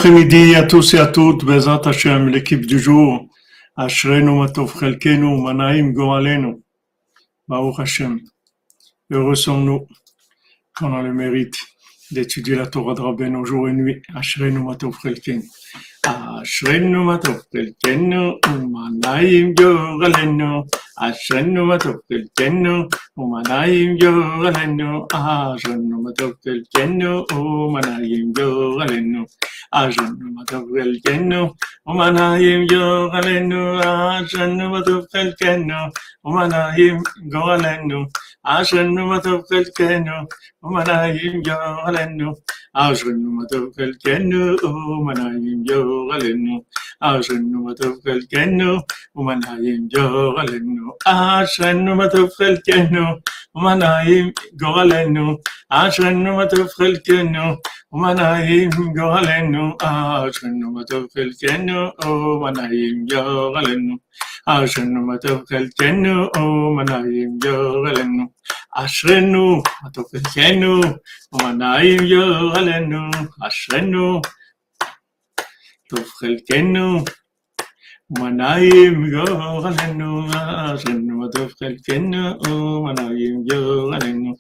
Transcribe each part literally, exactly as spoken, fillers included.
après-midi à tous et à toutes, Bezat Hashem, l'équipe du jour. Ashrenu matov chelkenu, manaim goalenu. Baruch Hashem. Heureux sommes-nous qu'on a le mérite d'étudier la Torah de Rabbeinu jour et nuit. Ashrenu matov chelkenu. Ashrenu matov chelkenu, manaim goalenu. Ashrenu matov chelkenu, manaim goalenu. Ashrenu matov chelkenu, manaim goalenu. Ajanu matov chelkenu, umanayim yoralenu. Ajanu matov chelkenu, umanayim yoralenu. Ajanu matov chelkenu, umanayim yoralenu. Ajanu matov chelkenu, umanayim yoralenu. Ajanu matov chelkenu, umanayim yoralenu. Ajanu matov chelkenu, umanayim yoralenu. Ajanu matov chelkenu. Umanayim yoralenu, Ashrenu matov chelkenu, Umanayim yoralenu, Ashrenu matov chelkenu, Umanayim yoralenu, Ashrenu matov chelkenu, Umanayim yoralenu, Ashrenu matov chelkenu, Umanayim yoralenu, Ashrenu matov chelkenu, Umanayim yoralenu.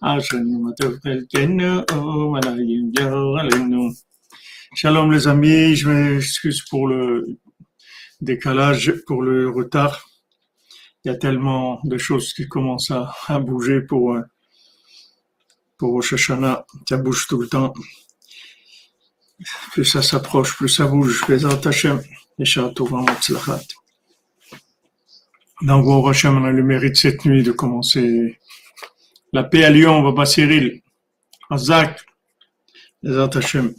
Shalom les amis, je m'excuse pour le décalage, pour le retard. Il y a tellement de choses qui commencent à, à bouger pour, pour Rosh Hashanah. Ça bouge tout le temps. Plus ça s'approche, plus ça bouge. Bezat Hashem, Yeshua Tova Matzlachat. Donc, Baruch Hashem, on a le mérite cette nuit de commencer la paix à Lyon, Baba Cyril, Azak, Bezat Hashem.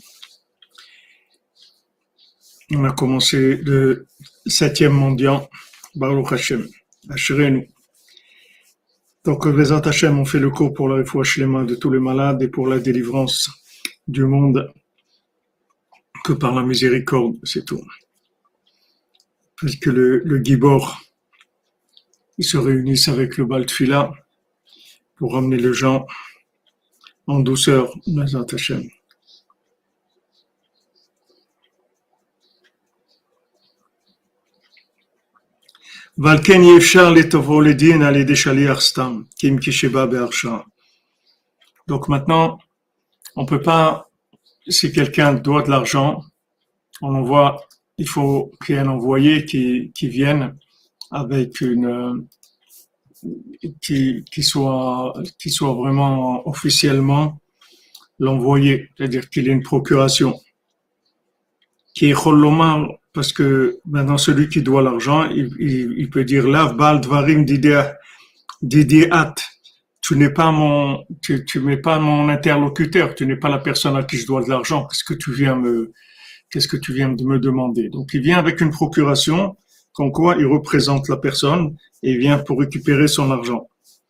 On a commencé le septième mendiant, Baruch Hashem, Ashrenu. Donc, Bezat Hashem, on fait le cours pour la réfoua shlema de tous les malades et pour la délivrance du monde, que par la miséricorde, c'est tout. Puisque le, le Gibor, ils se réunissent avec le Baal Tfila pour ramener les gens en douceur, Bezat Hashem. Valken yefshar letovo ledin alidei shaliach stam, kim kisheba be'arsha. Donc maintenant, on peut pas, si quelqu'un doit de l'argent, on envoie, il faut qu'il y ait un envoyé qui, qui vienne avec une, qui, qui soit, qui soit vraiment officiellement l'envoyé, c'est-à-dire qu'il ait une procuration, qui est cholomar, parce que maintenant celui qui doit l'argent, il, il, il peut dire là, bal dvarim didiat, tu n'es pas mon, tu, tu n'es pas mon interlocuteur, tu n'es pas la personne à qui je dois de l'argent, qu'est-ce que tu viens me, qu'est-ce que tu viens de me demander? Donc il vient avec une procuration, comme quoi il représente la personne et il vient pour récupérer son argent.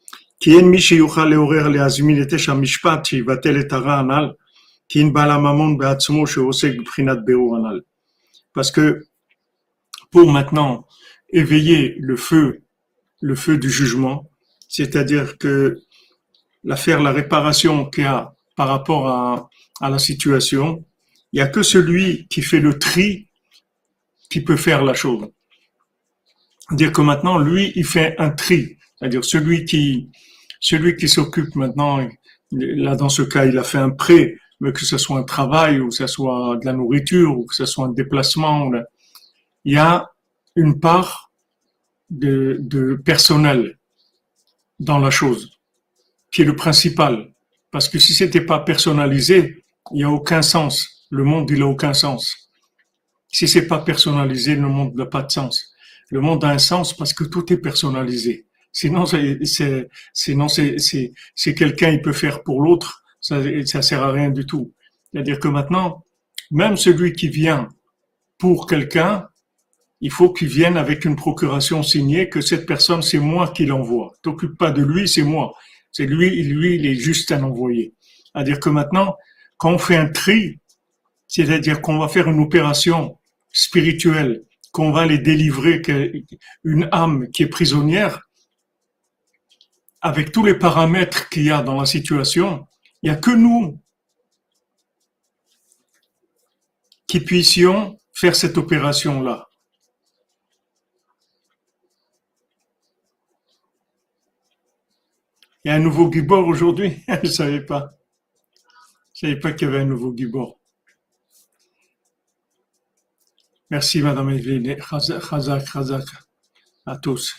Parce que pour maintenant éveiller le feu, le feu du jugement, c'est-à-dire que la faire la réparation qu'il y a par rapport à, à la situation, il n'y a que celui qui fait le tri qui peut faire la chose. C'est-à-dire que maintenant, lui, il fait un tri. C'est-à-dire celui qui, celui qui s'occupe maintenant, là dans ce cas, il a fait un prêt, mais que ce soit un travail, ou que ce soit de la nourriture, ou que ce soit un déplacement, il y a une part de, de personnel dans la chose, qui est le principal. Parce que si c'était pas personnalisé, il n'y a aucun sens. Le monde, il a aucun sens. Si c'est pas personnalisé, le monde n'a pas de sens. Le monde a un sens parce que tout est personnalisé. Sinon, c'est, c'est, sinon c'est, c'est, c'est quelqu'un, il peut faire pour l'autre, ça, ça sert à rien du tout. C'est-à-dire que maintenant, même celui qui vient pour quelqu'un, il faut qu'il vienne avec une procuration signée que cette personne, c'est moi qui l'envoie. T'occupe pas de lui, c'est moi. C'est lui, lui, il est juste un envoyé. C'est-à-dire que maintenant, quand on fait un tri, c'est-à-dire qu'on va faire une opération spirituelle, qu'on va les délivrer, une âme qui est prisonnière, avec tous les paramètres qu'il y a dans la situation, il n'y a que nous qui puissions faire cette opération-là. Il y a un nouveau Gibor aujourd'hui? Je ne savais pas. Je ne savais pas qu'il y avait un nouveau Gibor. Merci Madame Evelyne. Chazak, chazak, chazak à tous.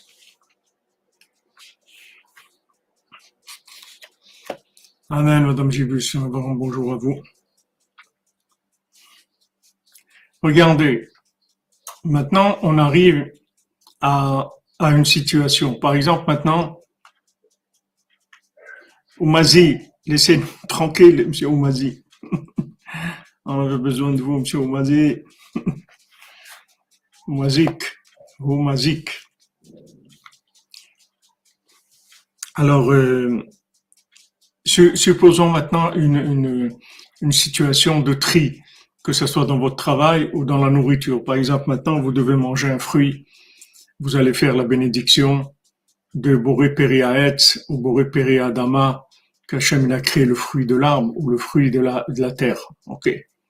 Amen, Madame Gibus. Bonjour à vous. Regardez, maintenant on arrive à, à une situation. Par exemple, maintenant, Oumazi, laissez-nous tranquille, Monsieur Oumazi. On avait besoin de vous, Monsieur Oumazi. Oumazik, Oumazik. Alors, euh, supposons maintenant une, une, une situation de tri, que ce soit dans votre travail ou dans la nourriture. Par exemple, maintenant, vous devez manger un fruit. Vous allez faire la bénédiction de Boré Peri Haetz ou Boré Peri Adama, qu'Hachem a créé le fruit de l'arbre ou le fruit de la, de la terre. Ok.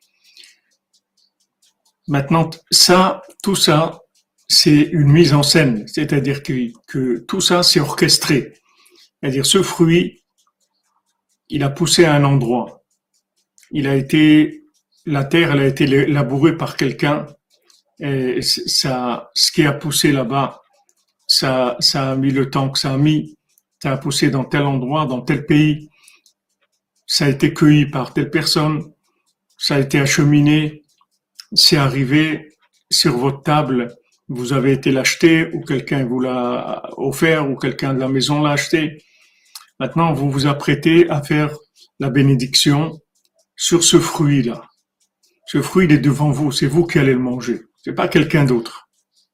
Maintenant, ça, tout ça, c'est une mise en scène. C'est-à-dire que, que tout ça, c'est orchestré. C'est-à-dire, ce fruit, il a poussé à un endroit. Il a été, la terre, elle a été labourée par quelqu'un. Et ça, ce qui a poussé là-bas, ça, ça a mis le temps que ça a mis. Ça a poussé dans tel endroit, dans tel pays. Ça a été cueilli par telle personne. Ça a été acheminé. C'est arrivé sur votre table. Vous avez été l'acheter ou quelqu'un vous l'a offert ou quelqu'un de la maison l'a acheté. Maintenant, vous vous apprêtez à faire la bénédiction sur ce fruit-là. Ce fruit, il est devant vous. C'est vous qui allez le manger. C'est pas quelqu'un d'autre.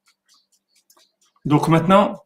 Donc maintenant,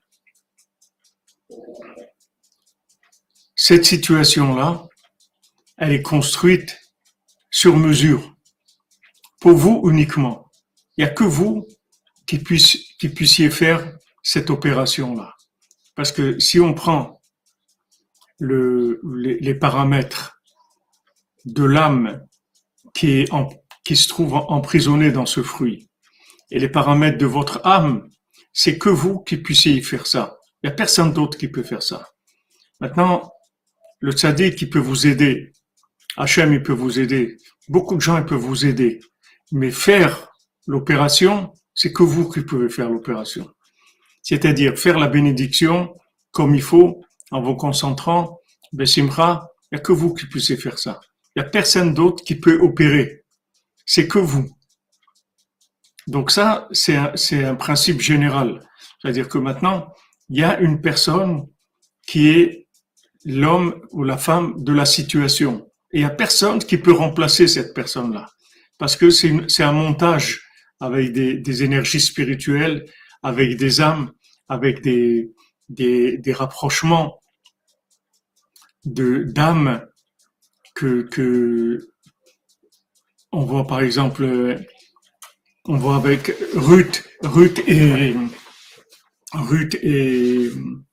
cette situation-là, elle est construite sur mesure. Pour vous uniquement. Il n'y a que vous qui, puissiez, qui puissiez faire cette opération-là. Parce que si on prend le, les, les paramètres de l'âme qui, est en, qui se trouve emprisonnée dans ce fruit, et les paramètres de votre âme, c'est que vous qui puissiez faire ça. Il n'y a personne d'autre qui peut faire ça. Maintenant, le tzaddik qui peut vous aider, Hachem il peut vous aider, beaucoup de gens ils peuvent vous aider, mais faire l'opération, c'est que vous qui pouvez faire l'opération. C'est-à-dire faire la bénédiction comme il faut, en vous concentrant, Bessimcha, il n'y a que vous qui puissiez faire ça. Il n'y a personne d'autre qui peut opérer. C'est que vous. Donc ça, c'est un, c'est un principe général. C'est-à-dire que maintenant, il y a une personne qui est l'homme ou la femme de la situation. Et il n'y a personne qui peut remplacer cette personne-là. Parce que c'est, une, c'est un montage avec des, des énergies spirituelles, avec des âmes, avec des, des, des rapprochements de, d'âmes que, que on voit par exemple, on voit avec Ruth, Ruth et Ruth et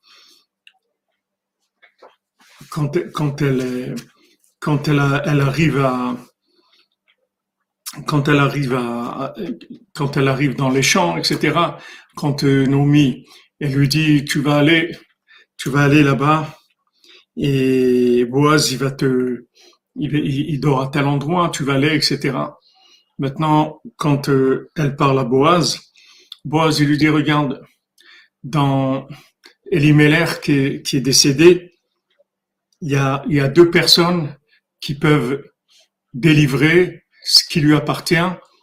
quand, quand elle quand elle, a, elle arrive à quand elle arrive à quand elle arrive dans les champs, et cetera. Quand euh, Naomi elle lui dit tu vas aller tu vas aller là-bas et Boaz il va te il, il, il dort à tel endroit, tu vas aller, et cetera. Maintenant, quand euh, elle parle à Boaz, Boaz il lui dit regarde, dans Elimelech qui est, qui est décédé, il y a il y a deux personnes qui peuvent délivrer ce qui lui appartient.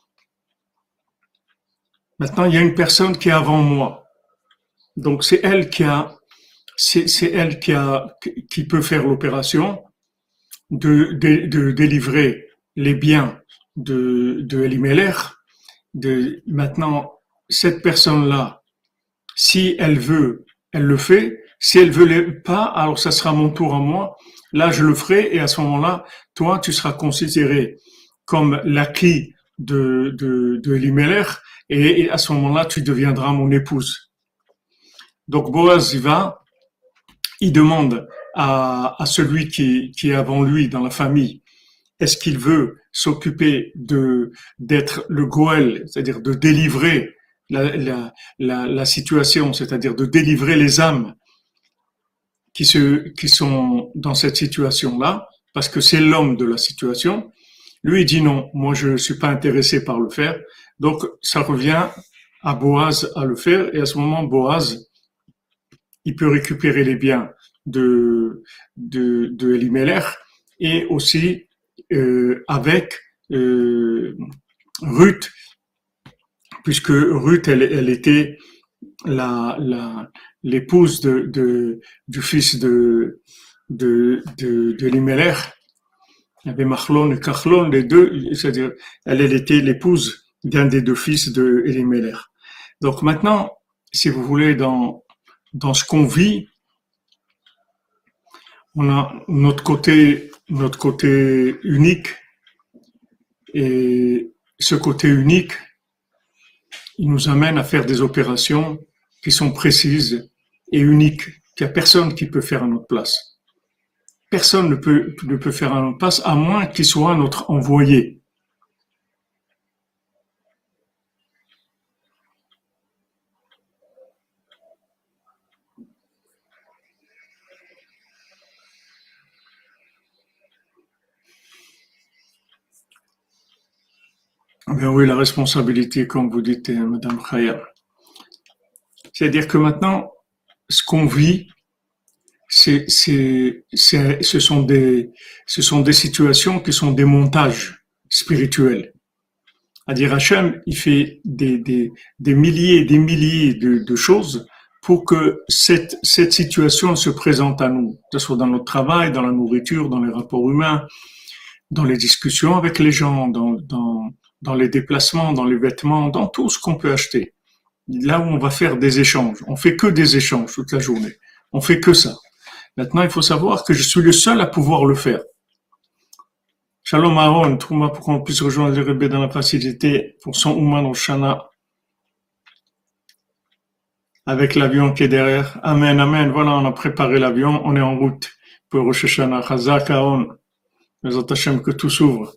Maintenant, il y a une personne qui est avant moi. Donc, c'est elle qui a, c'est, c'est elle qui a, qui peut faire l'opération de, de, de délivrer les biens de, de Elimelech. De, maintenant, cette personne-là, si elle veut, elle le fait. Si elle veut pas, alors ça sera mon tour à moi. Là, je le ferai et à ce moment-là, toi, tu seras considéré comme l'acquis de, de, de Elimelech et, et à ce moment-là, tu deviendras mon épouse. Donc, Boaz y va, il demande à, à celui qui, qui est avant lui dans la famille, est-ce qu'il veut s'occuper de d'être le Goël, c'est-à-dire de délivrer la, la, la, la situation, c'est-à-dire de délivrer les âmes qui, se, qui sont dans cette situation-là, parce que c'est l'homme de la situation. Lui, il dit non, moi je ne suis pas intéressé par le faire. Donc, ça revient à Boaz à le faire, et à ce moment, Boaz, il peut récupérer les biens de, de, de Elimelech, et aussi euh, avec euh, Ruth, puisque Ruth, elle, elle était la, la, l'épouse de, de, du fils de, de, de, de Elimelech. Il y avait Machlon et Kachlon, les deux, c'est-à-dire, elle, elle était l'épouse d'un des deux fils de Elimelech. Donc maintenant, si vous voulez, dans, dans ce qu'on vit, on a notre côté, notre côté unique, et ce côté unique, il nous amène à faire des opérations qui sont précises et uniques, qu'il n'y a personne qui peut faire à notre place. Personne ne peut, ne peut faire à notre place, à moins qu'il soit notre envoyé. Ben oui, la responsabilité, comme vous dites, Madame Khaya. C'est-à-dire que maintenant, ce qu'on vit, c'est, c'est, c'est, ce sont des, ce sont des situations qui sont des montages spirituels. C'est-à-dire Hachem, il fait des, des, des milliers et des milliers de, de choses pour que cette, cette situation se présente à nous, que ce soit dans notre travail, dans la nourriture, dans les rapports humains, dans les discussions avec les gens, dans, dans, dans les déplacements, dans les vêtements, dans tout ce qu'on peut acheter. Là où on va faire des échanges. On fait que des échanges toute la journée. On fait que ça. Maintenant, il faut savoir que je suis le seul à pouvoir le faire. Shalom Aaron, trouve-moi pour qu'on puisse rejoindre le Rebbe dans la facilité pour son Ouman au Shana avec l'avion qui est derrière. Amen, amen. Voilà, on a préparé l'avion, on est en route pour Rosh Hashanah. Chazak Aaron. Mais Hashem, que tout s'ouvre.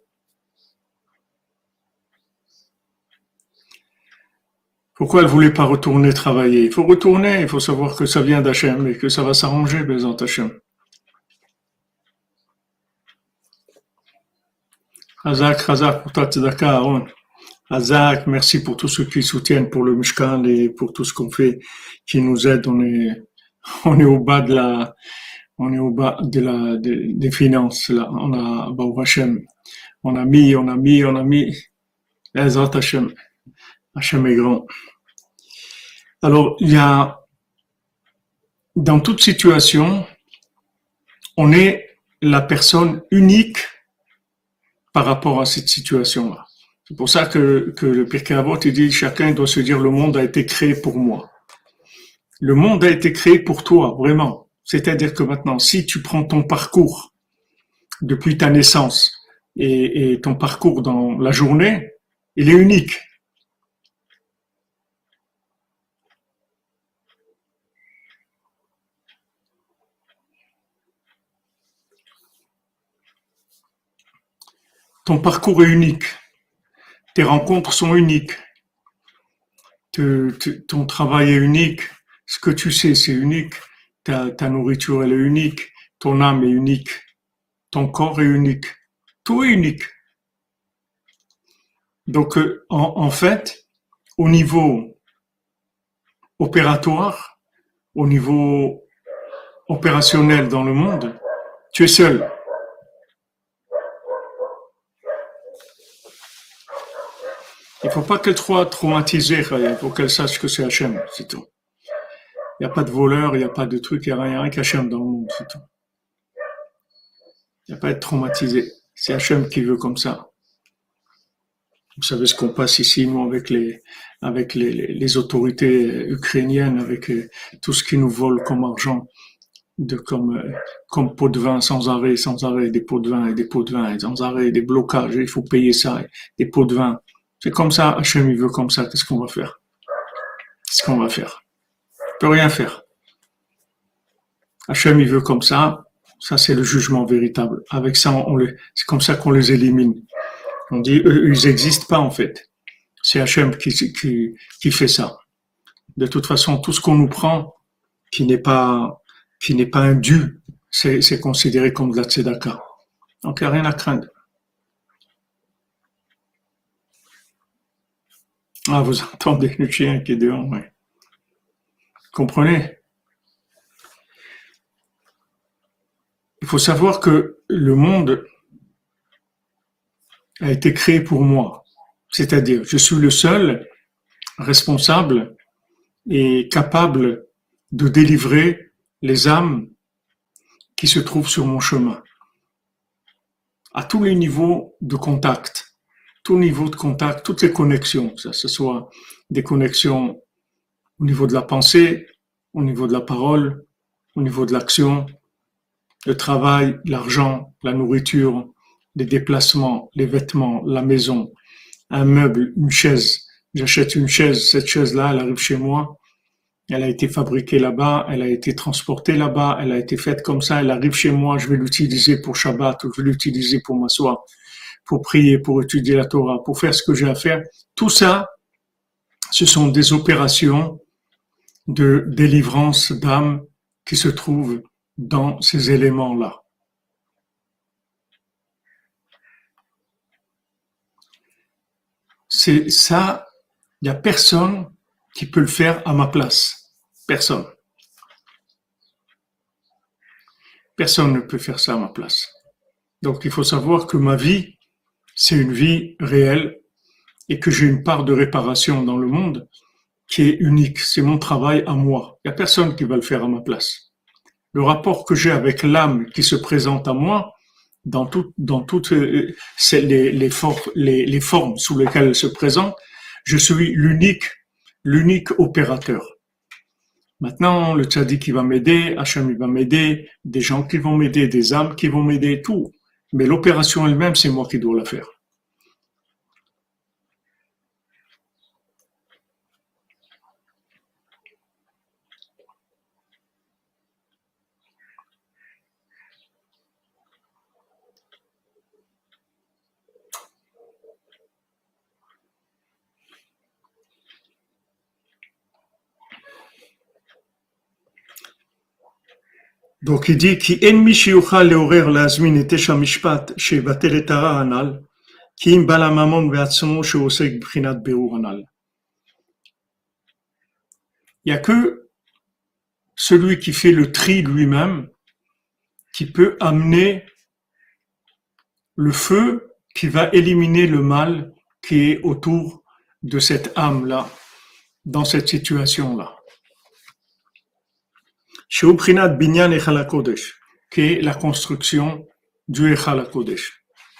Pourquoi elle voulait pas retourner travailler? Il faut retourner, il faut savoir que ça vient d'Hachem et que ça va s'arranger, Bézant Hachem. Hazak, Hazak pour ta tzedaka, Aaron. Hazak, merci pour tous ceux qui soutiennent pour le Mishkan et pour tout ce qu'on fait, qui nous aide. On est, on est au bas de la, on est au bas de la, de, des finances, là. On a, bah, Hachem. On a mis, on a mis, on a mis. Bézant Hachem. Hachem est grand. Alors, il y a, dans toute situation, on est la personne unique par rapport à cette situation-là. C'est pour ça que, que le Pirkei Avot, il dit, chacun doit se dire, le monde a été créé pour moi. Le monde a été créé pour toi, vraiment. C'est-à-dire que maintenant, si tu prends ton parcours depuis ta naissance et, et ton parcours dans la journée, il est unique. Ton parcours est unique. Tes rencontres sont uniques. Te, te, ton travail est unique. Ce que tu sais, c'est unique. Ta, ta nourriture, elle est unique. Ton âme est unique. Ton corps est unique. Tout est unique. Donc, en, en fait, au niveau opératoire, au niveau opérationnel dans le monde, tu es seul. Il ne faut pas qu'elle soit traumatisée, il faut qu'elle sache que c'est Hachem, c'est tout. Il n'y a pas de voleur, il n'y a pas de truc, il n'y a rien, rien qu'Hachem dans le monde, c'est tout. Il n'y a pas à être traumatisé. C'est Hachem qui veut comme ça. Vous savez ce qu'on passe ici, nous, avec les, avec les, les, les autorités ukrainiennes, avec euh, tout ce qui nous vole comme argent, de, comme, euh, comme pots de vin sans arrêt, sans arrêt, des pots de vin et des pots de vin, et sans arrêt, des blocages, il faut payer ça, des pots de vin. C'est comme ça, Hachem il veut comme ça, qu'est-ce qu'on va faire? Qu'est-ce qu'on va faire? On peut rien faire. Hachem il veut comme ça, ça c'est le jugement véritable. Avec ça, on les, c'est comme ça qu'on les élimine. On dit, eux, ils n'existent pas en fait. C'est Hachem qui, qui, qui fait ça. De toute façon, tout ce qu'on nous prend, qui n'est pas, qui n'est pas un dû, c'est, c'est considéré comme de la tzedaka. Donc, il n'y a rien à craindre. Ah, vous entendez le chien qui est dehors, oui. Comprenez? Il faut savoir que le monde a été créé pour moi. C'est-à-dire, je suis le seul responsable et capable de délivrer les âmes qui se trouvent sur mon chemin. À tous les niveaux de contact, tous les niveaux de contact, toutes les connexions, que ce soit des connexions au niveau de la pensée, au niveau de la parole, au niveau de l'action, le travail, l'argent, la nourriture, les déplacements, les vêtements, la maison, un meuble, une chaise. J'achète une chaise, cette chaise-là, elle arrive chez moi, elle a été fabriquée là-bas, elle a été transportée là-bas, elle a été faite comme ça, elle arrive chez moi, je vais l'utiliser pour Shabbat, ou je vais l'utiliser pour m'asseoir, pour prier, pour étudier la Torah, pour faire ce que j'ai à faire. Tout ça, ce sont des opérations de délivrance d'âme qui se trouvent dans ces éléments-là. C'est ça, il n'y a personne qui peut le faire à ma place. Personne. Personne ne peut faire ça à ma place. Donc il faut savoir que ma vie, c'est une vie réelle et que j'ai une part de réparation dans le monde qui est unique. C'est mon travail à moi. Il n'y a personne qui va le faire à ma place. Le rapport que j'ai avec l'âme qui se présente à moi, dans, tout, dans toutes euh, les, les, for, les, les formes sous lesquelles elle se présente, je suis l'unique, l'unique opérateur. Maintenant, le tzaddik qui va m'aider, Hachem il va m'aider, des gens qui vont m'aider, des âmes qui vont m'aider, tout. Mais l'opération elle-même, c'est moi qui dois la faire. Donc il dit qui en mi shiuchal leorer להזמין את איש המשפט שיבטל את הרע הנ"ל, כי אם בעל הממון בעצמו שעוסק בבחינת בירור הנ"ל. Il n'y a que celui qui fait le tri lui-même qui peut amener le feu qui va éliminer le mal qui est autour de cette âme-là, dans cette situation-là. שהוא בחינת בניין היכל הקודש, qui est la construction du היכל הקודש.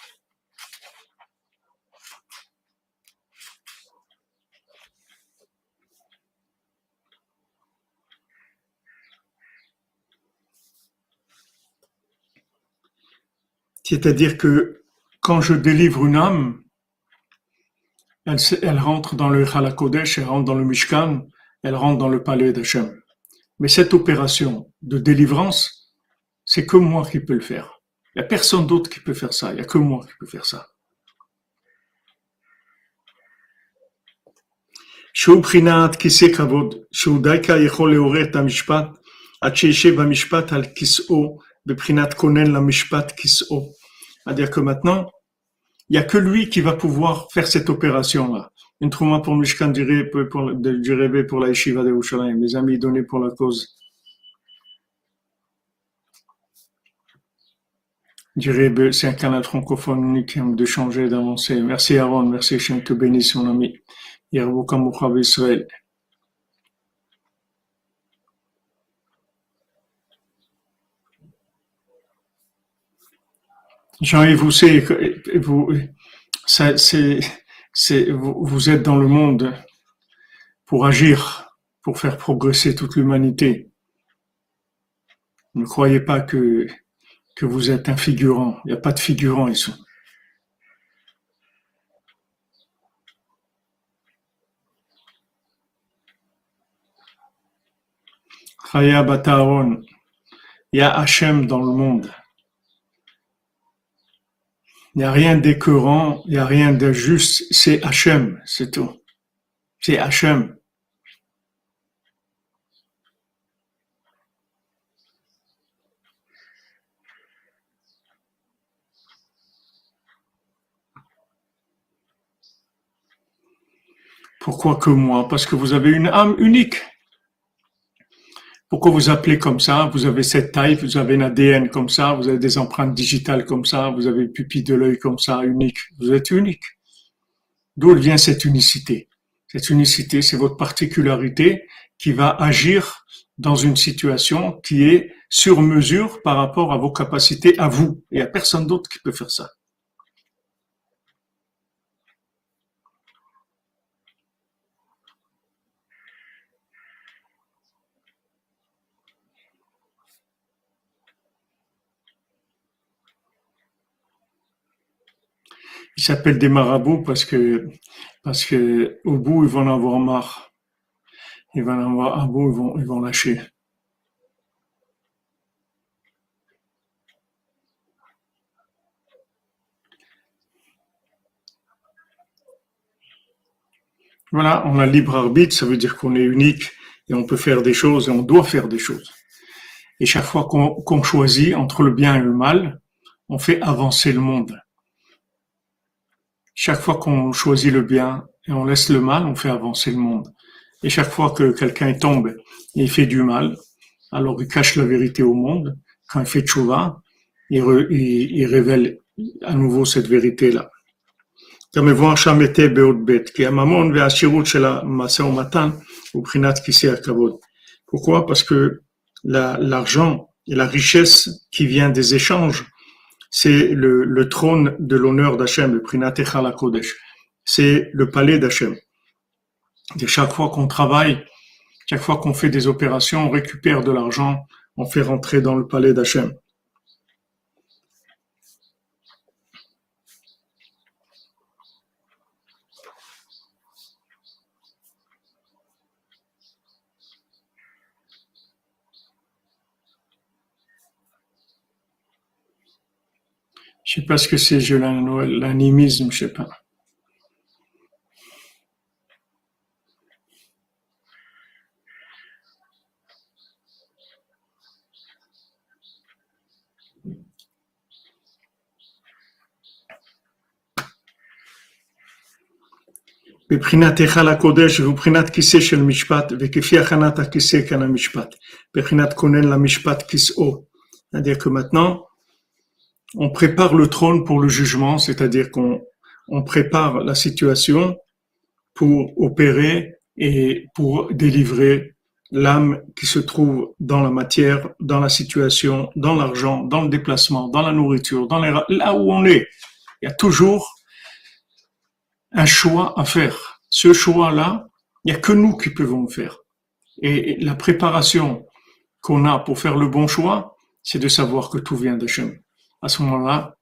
C'est-à-dire que quand je délivre une âme, elle, elle rentre dans le Hichal HaKodesh, elle rentre dans le Mishkan, elle rentre dans le palais d'Hachem. Mais cette opération de délivrance, c'est que moi qui peux le faire. Il n'y a personne d'autre qui peut faire ça, il n'y a que moi qui peux faire ça. שהוא בחינת כיסא כבוד, שהוא דייקה יכול לעורר את המשפט, עד שישב המשפט על כיסאו, בבחינת כונן למשפט כיסאו. C'est-à-dire que maintenant, il n'y a que lui qui va pouvoir faire cette opération-là. Une trouma pour Mishkan du Rébé pour la Yeshiva de Yerushalayim, mes amis donnés pour la cause du Rébé. C'est un canal francophone unique de changer, d'avancer. Merci Aaron, merci Hachem, te bénisse mon ami. Yerbo Kamucha Israël. Jean-Yves, vous savez, vous, ça, c'est, c'est, vous, vous êtes dans le monde pour agir, pour faire progresser toute l'humanité. Ne croyez pas que, que vous êtes un figurant. Il n'y a pas de figurant ici. Chaya Bataron, il y a Hachem dans le monde. Il n'y a rien d'écœurant, il n'y a rien d'injuste, c'est Hachem, c'est tout. C'est Hachem. Pourquoi que moi? Parce que vous avez une âme unique. Pourquoi vous appelez comme ça? Vous avez cette taille, vous avez un A D N comme ça, vous avez des empreintes digitales comme ça, vous avez une pupille de l'œil comme ça, unique. Vous êtes unique. D'où vient cette unicité? Cette unicité, c'est votre particularité qui va agir dans une situation qui est sur mesure par rapport à vos capacités à vous. Il n'y a personne d'autre qui peut faire ça. Ils s'appellent des marabouts parce que, parce que, au bout, ils vont en avoir marre. Ils vont en avoir un bout, ils vont, ils vont lâcher. Voilà, on a libre arbitre, ça veut dire qu'on est unique et on peut faire des choses et on doit faire des choses. Et chaque fois qu'on, qu'on choisit entre le bien et le mal, on fait avancer le monde. Chaque fois qu'on choisit le bien et on laisse le mal, on fait avancer le monde. Et chaque fois que quelqu'un tombe et il fait du mal, alors il cache la vérité au monde. Quand il fait tchouva, il, re, il, il révèle à nouveau cette vérité-là. כמבואר שם היטב בעוד ב' כי הממון והעשירות של המשא ומתן הוא בחינת כיסא הכבוד. Pourquoi? Parce que la, l'argent et la richesse qui vient des échanges, c'est le, le trône de l'honneur d'Hachem, le Prinat Echal HaKodesh. C'est le palais d'Hachem. Et chaque fois qu'on travaille, chaque fois qu'on fait des opérations, on récupère de l'argent, on fait rentrer dans le palais d'Hachem. Je sais pas ce que c'est, je l'animisme, je sais pas. בבחינת היכל הקודש ובבחינת כיסא של משפט, וכפי הכנת הכיסא כאן המשפט, בבחינת כונן למשפט כיסאו. C'est-à-dire que maintenant, on prépare le trône pour le jugement, c'est-à-dire qu'on on prépare la situation pour opérer et pour délivrer l'âme qui se trouve dans la matière, dans la situation, dans l'argent, dans le déplacement, dans la nourriture, dans les, là où on est. Il y a toujours un choix à faire. Ce choix-là, il n'y a que nous qui pouvons le faire. Et la préparation qu'on a pour faire le bon choix, c'est de savoir que tout vient d'Hachem. À ce moment-là,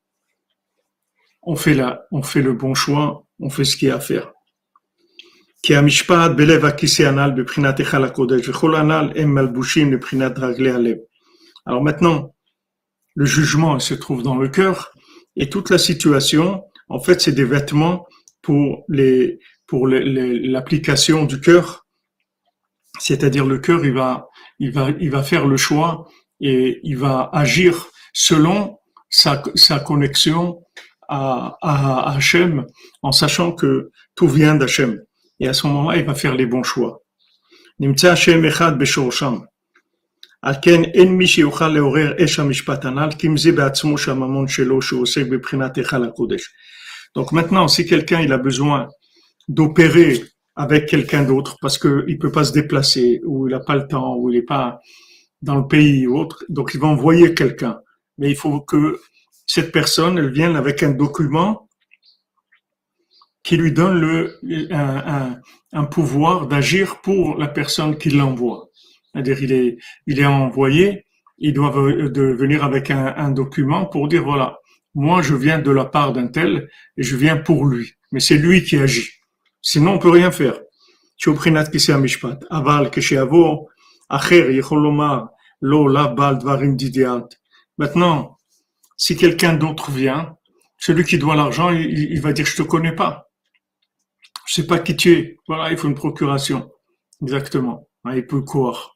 on fait la, on fait le bon choix, on fait ce qu'il y a à faire. כי המשפט בלב הכיסא הנ"ל בבחינת היכל הקודש וכל הנ"ל הם מלבושים לבחינת רגלי הלב. Alors maintenant, le jugement il se trouve dans le cœur et toute la situation, en fait, c'est des vêtements pour les pour les, les, l'application du cœur, c'est-à-dire le cœur, il va il va il va faire le choix et il va agir selon sa sa connexion à à Hachem, en sachant que tout vient d'Hachem. Et à ce moment-là, il va faire les bons choix. נמצא שם אחד בשורשם. על כן אין מי שיוכל לעורר אש המשפט הנ"ל, כי אם זה בעצמו שהממון שלו שהוא עוסק בבחינת היכל הקודש. Donc maintenant, si quelqu'un il a besoin d'opérer avec quelqu'un d'autre parce qu'il ne peut pas se déplacer, ou il n'a pas le temps, ou il n'est pas dans le pays ou autre, donc il va envoyer quelqu'un. Mais il faut que cette personne elle vienne avec un document qui lui donne le, un, un, un pouvoir d'agir pour la personne qui l'envoie. C'est-à-dire, il est, il est envoyé, il doit de venir avec un, un document pour dire, voilà, moi, je viens de la part d'un tel et je viens pour lui. Mais c'est lui qui agit. Sinon, on peut rien faire. שבחינת כיסא המשפט, אבל כשיבוא אחר יכול לומר, לא, לא בעל דברים דידיאלט. Maintenant, si quelqu'un d'autre vient, Celui qui doit l'argent, il, il va dire je te connais pas, je sais pas qui tu es. Voilà, il faut une procuration. Exactement. Ah, il peut quoi?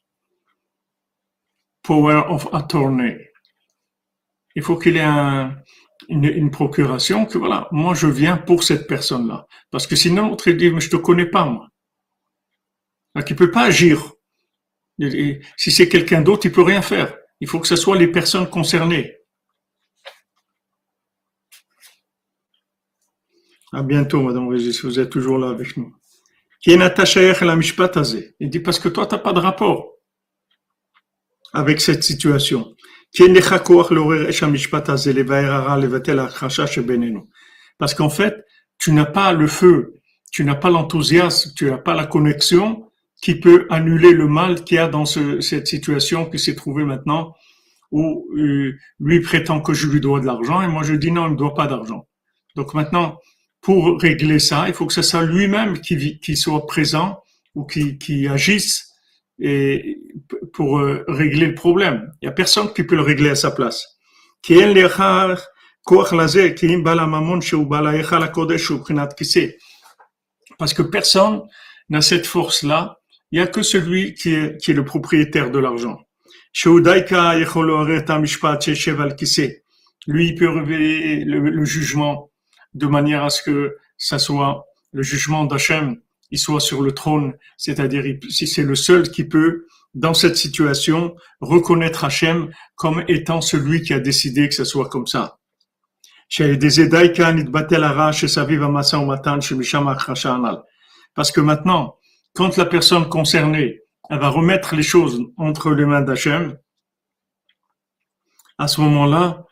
Power of attorney. Il faut qu'il ait un, une, une procuration que voilà, moi je viens pour cette personne-là. Parce que sinon, l'autre il dit mais je te connais pas moi. Donc il peut pas agir. Et- et si c'est quelqu'un d'autre, il peut rien faire. Il faut que ce soit les personnes concernées. À bientôt, Madame Régis, vous êtes toujours là avec nous. Qui est Natacha la mishpat hazeh. Il dit parce que toi, t'as pas de rapport avec cette situation. Qui est necha koach l'orer esh hamishpat hazeh levaer hara levatel hachasha shebenenu. Parce qu'en fait, tu n'as pas le feu, tu n'as pas l'enthousiasme, tu n'as pas la connexion qui peut annuler le mal qu'il y a dans ce, cette situation qui s'est trouvée maintenant où euh, lui prétend que je lui dois de l'argent et moi je dis non, il ne me doit pas d'argent. Donc maintenant, pour régler ça, il faut que ce soit lui-même qui, qui soit présent ou qui, qui agisse et pour euh, régler le problème. Il n'y a personne qui peut le régler à sa place. Parce que personne n'a cette force-là. Il n'y a que celui qui est, qui est le propriétaire de l'argent. Lui, il peut révéler le, le jugement de manière à ce que ça soit le jugement d'Hachem, il soit sur le trône, c'est-à-dire si c'est le seul qui peut, dans cette situation, reconnaître Hachem comme étant celui qui a décidé que ça soit comme ça. Parce que maintenant, quand la personne concernée, elle va remettre les choses entre les mains d'Hachem, à ce moment-là,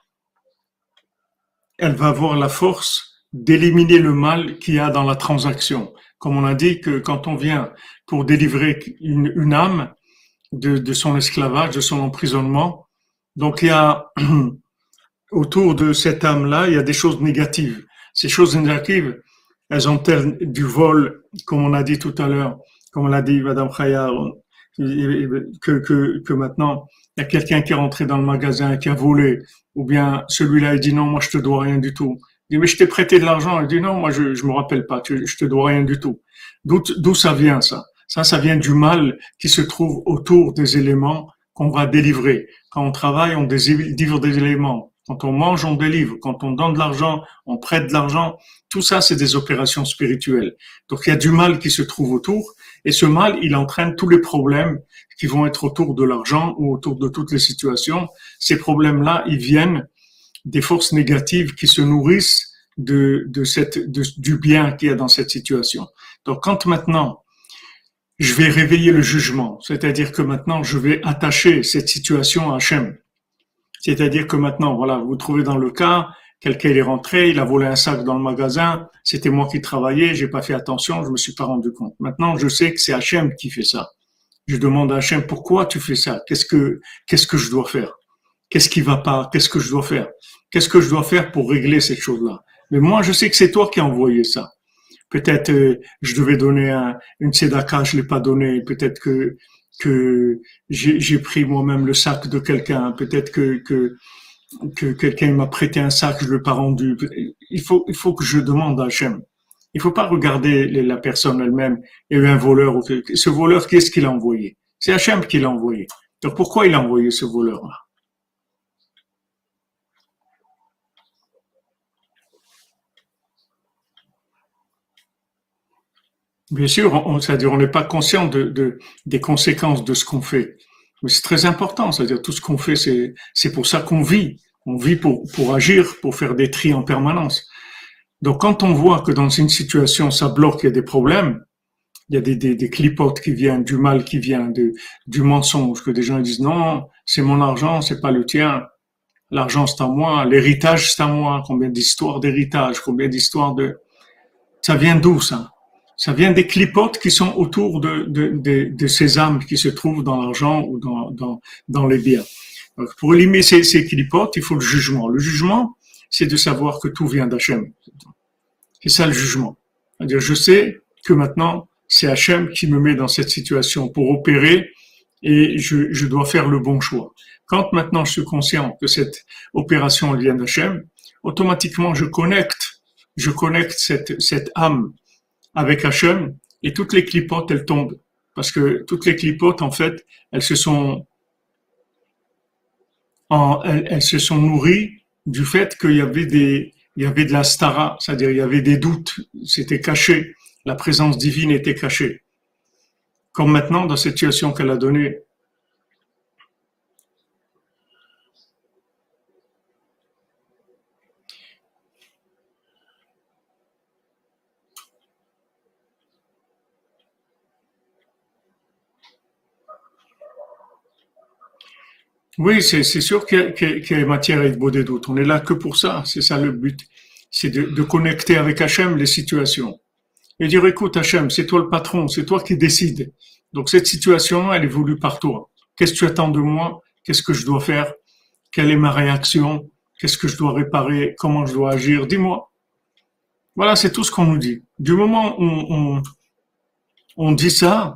elle va avoir la force d'éliminer le mal qu'il y a dans la transaction. Comme on a dit que quand on vient pour délivrer une, une âme de, de son esclavage, de son emprisonnement, donc il y a autour de cette âme-là, il y a des choses négatives. Ces choses négatives, elles ont elles du vol, comme on a dit tout à l'heure, comme on l'a dit Madame Chaya, que, que, que maintenant, il y a quelqu'un qui est rentré dans le magasin, qui a volé, ou bien celui-là, il dit non, moi je te dois rien du tout. Il dit mais je t'ai prêté de l'argent. Il dit non, moi je je me rappelle pas, tu, je te dois rien du tout. D'où d'où ça vient ça? Ça, ça vient du mal qui se trouve autour des éléments qu'on va délivrer. Quand on travaille, on délivre des éléments. Quand on mange, on délivre. Quand on donne de l'argent, on prête de l'argent. Tout ça, c'est des opérations spirituelles. Donc il y a du mal qui se trouve autour. Et ce mal, il entraîne tous les problèmes qui vont être autour de l'argent ou autour de toutes les situations. Ces problèmes-là, ils viennent des forces négatives qui se nourrissent de, de cette, de, du bien qu'il y a dans cette situation. Donc, quand maintenant, je vais réveiller le jugement, c'est-à-dire que maintenant, je vais attacher cette situation à Hachem. C'est-à-dire que maintenant, voilà, vous vous trouvez dans le cas, quelqu'un est rentré, il a volé un sac dans le magasin, c'était moi qui travaillais, j'ai pas fait attention, je me suis pas rendu compte. Maintenant, je sais que c'est Hachem qui fait ça. Je demande à Hachem, pourquoi tu fais ça? Qu'est-ce que, qu'est-ce que je dois faire? Qu'est-ce qui va pas? Qu'est-ce que je dois faire? Qu'est-ce que je dois faire pour régler cette chose-là? Mais moi, je sais que c'est toi qui as envoyé ça. Peut-être euh, je devais donner un, une tzedaka, je l'ai pas donné. Peut-être que que j'ai, j'ai pris moi-même le sac de quelqu'un. Peut-être que que que quelqu'un m'a prêté un sac, je l'ai pas rendu. Il faut il faut que je demande à Hachem. Il faut pas regarder la personne elle-même. Il y a eu un voleur. Ce voleur, qu'est-ce qu'il a envoyé? C'est Hachem qui l'a envoyé. Donc pourquoi il a envoyé ce voleur-là? Bien sûr, on, c'est-à-dire on n'est pas conscient de, de, des conséquences de ce qu'on fait. Mais c'est très important, c'est-à-dire tout ce qu'on fait, c'est, c'est pour ça qu'on vit. On vit pour, pour agir, pour faire des tris en permanence. Donc quand on voit que dans une situation, ça bloque, il y a des problèmes, il y a des, des, des clipotes qui viennent, du mal qui vient, de, du mensonge, que des gens disent non, c'est mon argent, c'est pas le tien. L'argent, c'est à moi. L'héritage, c'est à moi. Combien d'histoires d'héritage, combien d'histoires de... Ça vient d'où, ça? Ça vient des clipotes qui sont autour de, de, de, de ces âmes qui se trouvent dans l'argent ou dans, dans, dans les biens. Donc, pour éliminer ces, ces clipotes, il faut le jugement. Le jugement, c'est de savoir que tout vient d'Hachem. C'est ça le jugement. C'est-à-dire, je sais que maintenant, c'est Hachem qui me met dans cette situation pour opérer et je, je dois faire le bon choix. Quand maintenant je suis conscient que cette opération vient d'Hachem, automatiquement je connecte, je connecte cette, cette âme avec Hachem et toutes les clipotes, elles tombent. Parce que toutes les clipotes, en fait, elles se sont, en, elles, elles se sont nourries du fait qu'il y avait des, il y avait de la stara, c'est-à-dire il y avait des doutes, c'était caché, la présence divine était cachée. Comme maintenant dans cette situation qu'elle a donnée. Oui, c'est, c'est sûr qu'il y a, qu'il y a matière à être beau des doutes. On est là que pour ça. C'est ça le but. C'est de, de connecter avec Hachem les situations. Et dire, écoute, Hachem, c'est toi le patron, c'est toi qui décides. Donc cette situation, elle est voulue par toi. Qu'est-ce que tu attends de moi? Qu'est-ce que je dois faire? Quelle est ma réaction? Qu'est-ce que je dois réparer? Comment je dois agir? Dis-moi. Voilà, c'est tout ce qu'on nous dit. Du moment où on, on, on dit ça,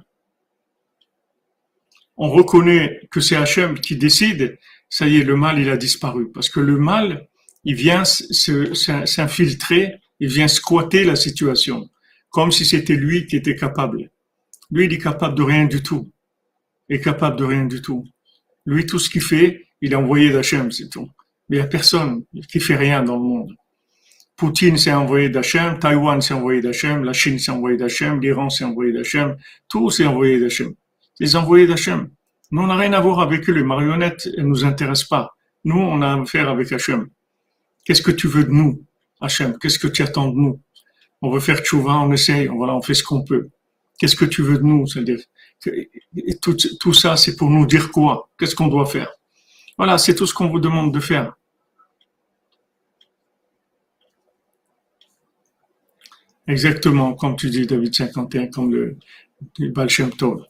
on reconnaît que c'est Hachem qui décide, ça y est, le mal, il a disparu. Parce que le mal, il vient se- se- s'infiltrer, il vient squatter la situation. Comme si c'était lui qui était capable. Lui, il est capable de rien du tout. Il est capable de rien du tout. Lui, tout ce qu'il fait, il est envoyé d'Hachem, c'est tout. Mais il n'y a personne qui fait rien dans le monde. Poutine s'est envoyé d'Hachem, Taïwan s'est envoyé d'Hachem, la Chine s'est envoyée d'Hachem, l'Iran s'est envoyé d'Hachem, tout s'est envoyé d'Hachem. Les envoyés d'Hachem. Nous, on n'a rien à voir avec eux, les marionnettes, elles nous intéressent pas. Nous, on a affaire avec Hachem. Qu'est-ce que tu veux de nous, Hachem? Qu'est-ce que tu attends de nous? On veut faire tchouva, on essaye, voilà, on fait ce qu'on peut. Qu'est-ce que tu veux de nous? C'est-à-dire, tout, tout ça, c'est pour nous dire quoi? Qu'est-ce qu'on doit faire? Voilà, c'est tout ce qu'on vous demande de faire. Exactement, comme tu dis, David cinquante et un, comme le, le Baal Shem Tov.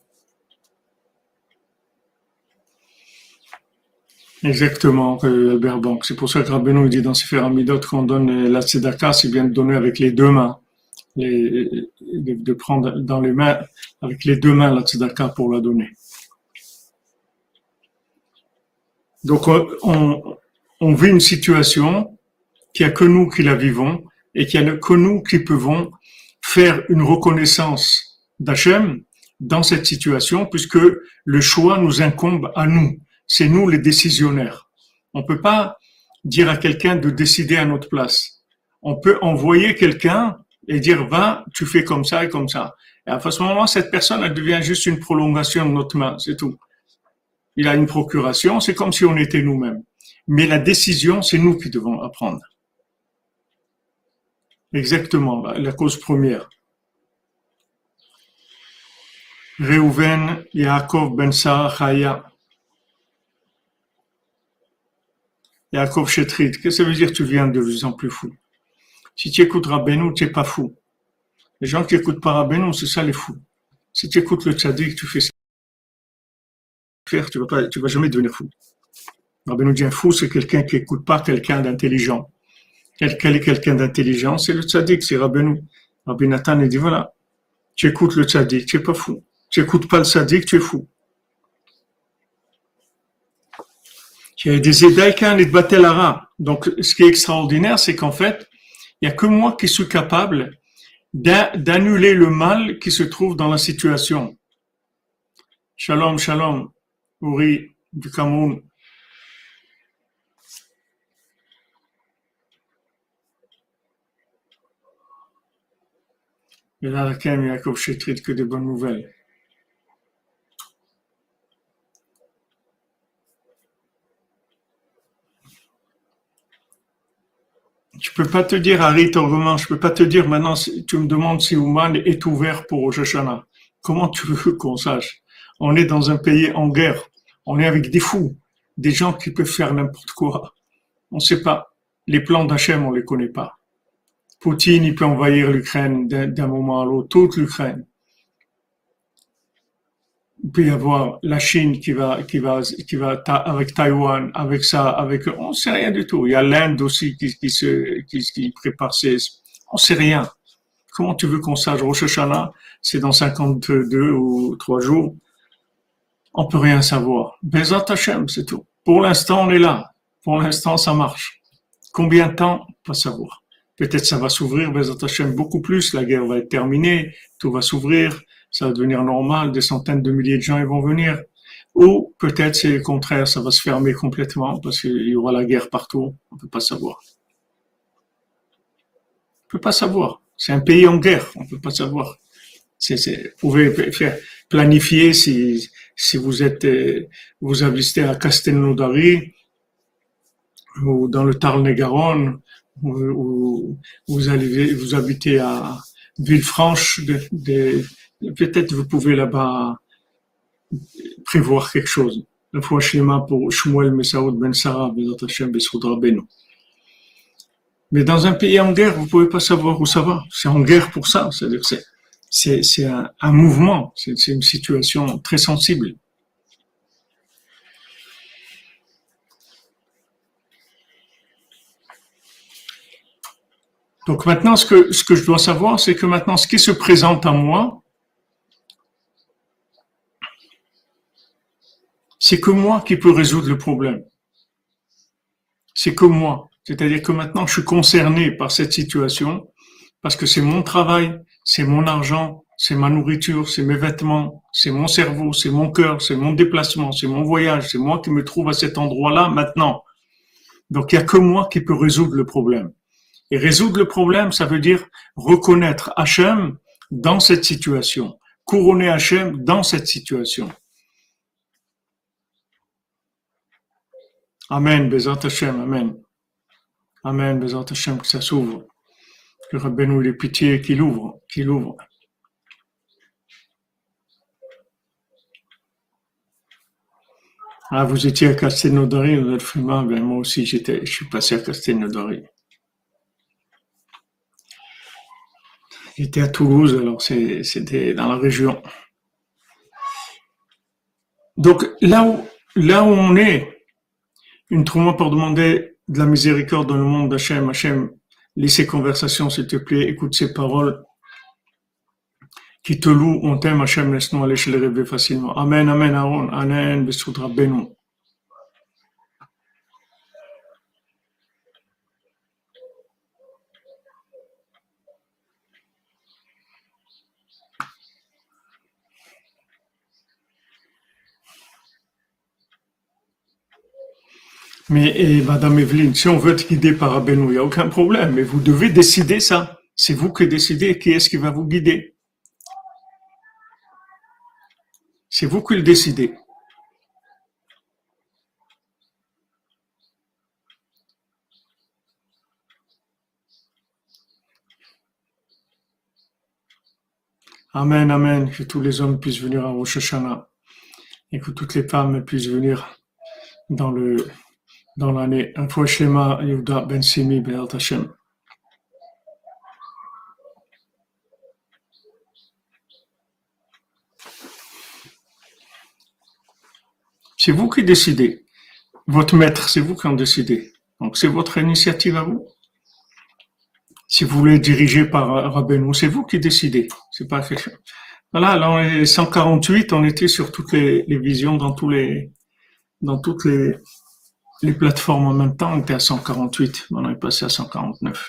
Exactement, euh, Albert Bank. C'est pour ça que Rabbeinu dit dans Sefer Hamidot qu'on donne euh, la tzedaka, c'est bien de donner avec les deux mains. Les, de, de prendre dans les mains, avec les deux mains la tzedaka pour la donner. Donc, on, on, on vit une situation qu'il n'y a que nous qui la vivons et qu'il n'y a que nous qui pouvons faire une reconnaissance d'Hachem dans cette situation puisque le choix nous incombe à nous. C'est nous les décisionnaires. On ne peut pas dire à quelqu'un de décider à notre place. On peut envoyer quelqu'un et dire va, tu fais comme ça et comme ça. Et à ce moment-là, cette personne, elle devient juste une prolongation de notre main, c'est tout. Il a une procuration, c'est comme si on était nous-mêmes. Mais la décision, c'est nous qui devons la prendre. Exactement, la cause première. Reuven Yaakov ben Sarah Chaya. Yaakov Shetrit. Qu'est-ce que ça veut dire tu viens de plus en plus fou? Si tu écoutes Rabbeinu, tu n'es pas fou. Les gens qui écoutent pas Rabbeinu, c'est ça les fous. Si tu écoutes le tzaddik, tu fais ça, faire, tu vas pas, tu vas jamais devenir fou. Rabbeinu dit un fou, c'est quelqu'un qui écoute pas quelqu'un d'intelligent. Quel, quel est quelqu'un d'intelligent? C'est le tzaddik, c'est Rabbeinu. Rabbi Nathan, il dit voilà, tu écoutes le tzaddik, tu es pas fou. Tu écoutes pas le tzaddik, tu es fou. Il y a des édaïkans et de batelara. Donc, ce qui est extraordinaire, c'est qu'en fait, il n'y a que moi qui suis capable d'annuler le mal qui se trouve dans la situation. Shalom, shalom, Uri du Cameroun. Il y a là, Yaakov Shetrit, que de bonnes nouvelles. Je peux pas te dire, Harry Torgoman, je peux pas te dire maintenant, tu me demandes si Ouman est ouvert pour Rosh Hashanah. Comment tu veux qu'on sache? On est dans un pays en guerre. On est avec des fous. Des gens qui peuvent faire n'importe quoi. On sait pas. Les plans d'Hachem, on les connaît pas. Poutine, il peut envahir l'Ukraine d'un, d'un moment à l'autre, toute l'Ukraine. Il peut y avoir la Chine qui va, qui va, qui va ta, avec Taïwan, avec ça, avec, on sait rien du tout. Il y a l'Inde aussi qui, qui se, qui, qui prépare ses, on sait rien. Comment tu veux qu'on sache? Rosh Hashanah, c'est dans cinquante-deux ou trois jours. On peut rien savoir. Bezat Hashem, c'est tout. Pour l'instant, on est là. Pour l'instant, ça marche. Combien de temps? Pas savoir. Peut-être ça va s'ouvrir, Bezat Hashem, beaucoup plus, la guerre va être terminée, tout va s'ouvrir, ça va devenir normal, des centaines de milliers de gens ils vont venir. Ou peut-être c'est le contraire, ça va se fermer complètement parce qu'il y aura la guerre partout, on ne peut pas savoir. On ne peut pas savoir. C'est un pays en guerre, on ne peut pas savoir. C'est, c'est, vous pouvez faire planifier si, si vous êtes, vous habitez à Castelnaudary ou dans le Tarn-et-Garonne, ou, ou vous allez, vous habitez à Villefranche, de, de, peut-être vous pouvez là-bas prévoir quelque chose. La fois Shlema pour Shmuel Messaoud Ben Sarah, Bezat Hashem Besoud Rabbeinu. Mais dans un pays en guerre, vous pouvez pas savoir où ça va. C'est en guerre pour ça. C'est-à-dire que c'est, c'est, c'est un, un mouvement. C'est, c'est une situation très sensible. Donc maintenant, ce que, ce que je dois savoir, c'est que maintenant, ce qui se présente à moi, c'est que moi qui peux résoudre le problème. C'est que moi. C'est-à-dire que maintenant, je suis concerné par cette situation parce que c'est mon travail, c'est mon argent, c'est ma nourriture, c'est mes vêtements, c'est mon cerveau, c'est mon cœur, c'est mon déplacement, c'est mon voyage, c'est moi qui me trouve à cet endroit-là maintenant. Donc, il n'y a que moi qui peux résoudre le problème. Et résoudre le problème, ça veut dire reconnaître Hachem dans cette situation, couronner Hachem dans cette situation. Amen, Bezat Hashem, Amen. Amen, Bezat Hashem, que ça s'ouvre. Que Rabbeinu ait pitié qu'il ouvre, qu'il ouvre. Ah, vous étiez à Castelnaudary, vous êtes fumant, ben moi aussi j'étais, je suis passé à Castelnaudary. J'étais à Toulouse, alors c'est, c'était dans la région. Donc là où, là où on est, une trouma pour demander de la miséricorde dans le monde d'Hachem. Hachem, lis ces conversations, s'il te plaît, écoute ces paroles qui te louent, on t'aime, Hachem, laisse-nous aller chez les rêves facilement. Amen, Amen, Aaron, Amen, Bessoud Rabbeinu. Mais, et, Madame Evelyne, si on veut être guidé par Rabbeinu, il n'y a aucun problème, mais vous devez décider ça. C'est vous qui décidez qui est-ce qui va vous guider. C'est vous qui le décidez. Amen, Amen, que tous les hommes puissent venir à Rosh Hashanah et que toutes les femmes puissent venir dans le dans l'année. Un fois Shema Yehuda Ben Simi Be'at Hashem. C'est vous qui décidez. Votre maître, c'est vous qui en décidez. Donc c'est votre initiative à vous. Si vous voulez diriger par Rabbeinu, c'est vous qui décidez. C'est pas quelque chose. Voilà, là on est cent quarante-huit, on était sur toutes les, les visions dans tous les dans toutes les les plateformes en même temps, on était à cent quarante-huit, on est passé à cent quarante-neuf.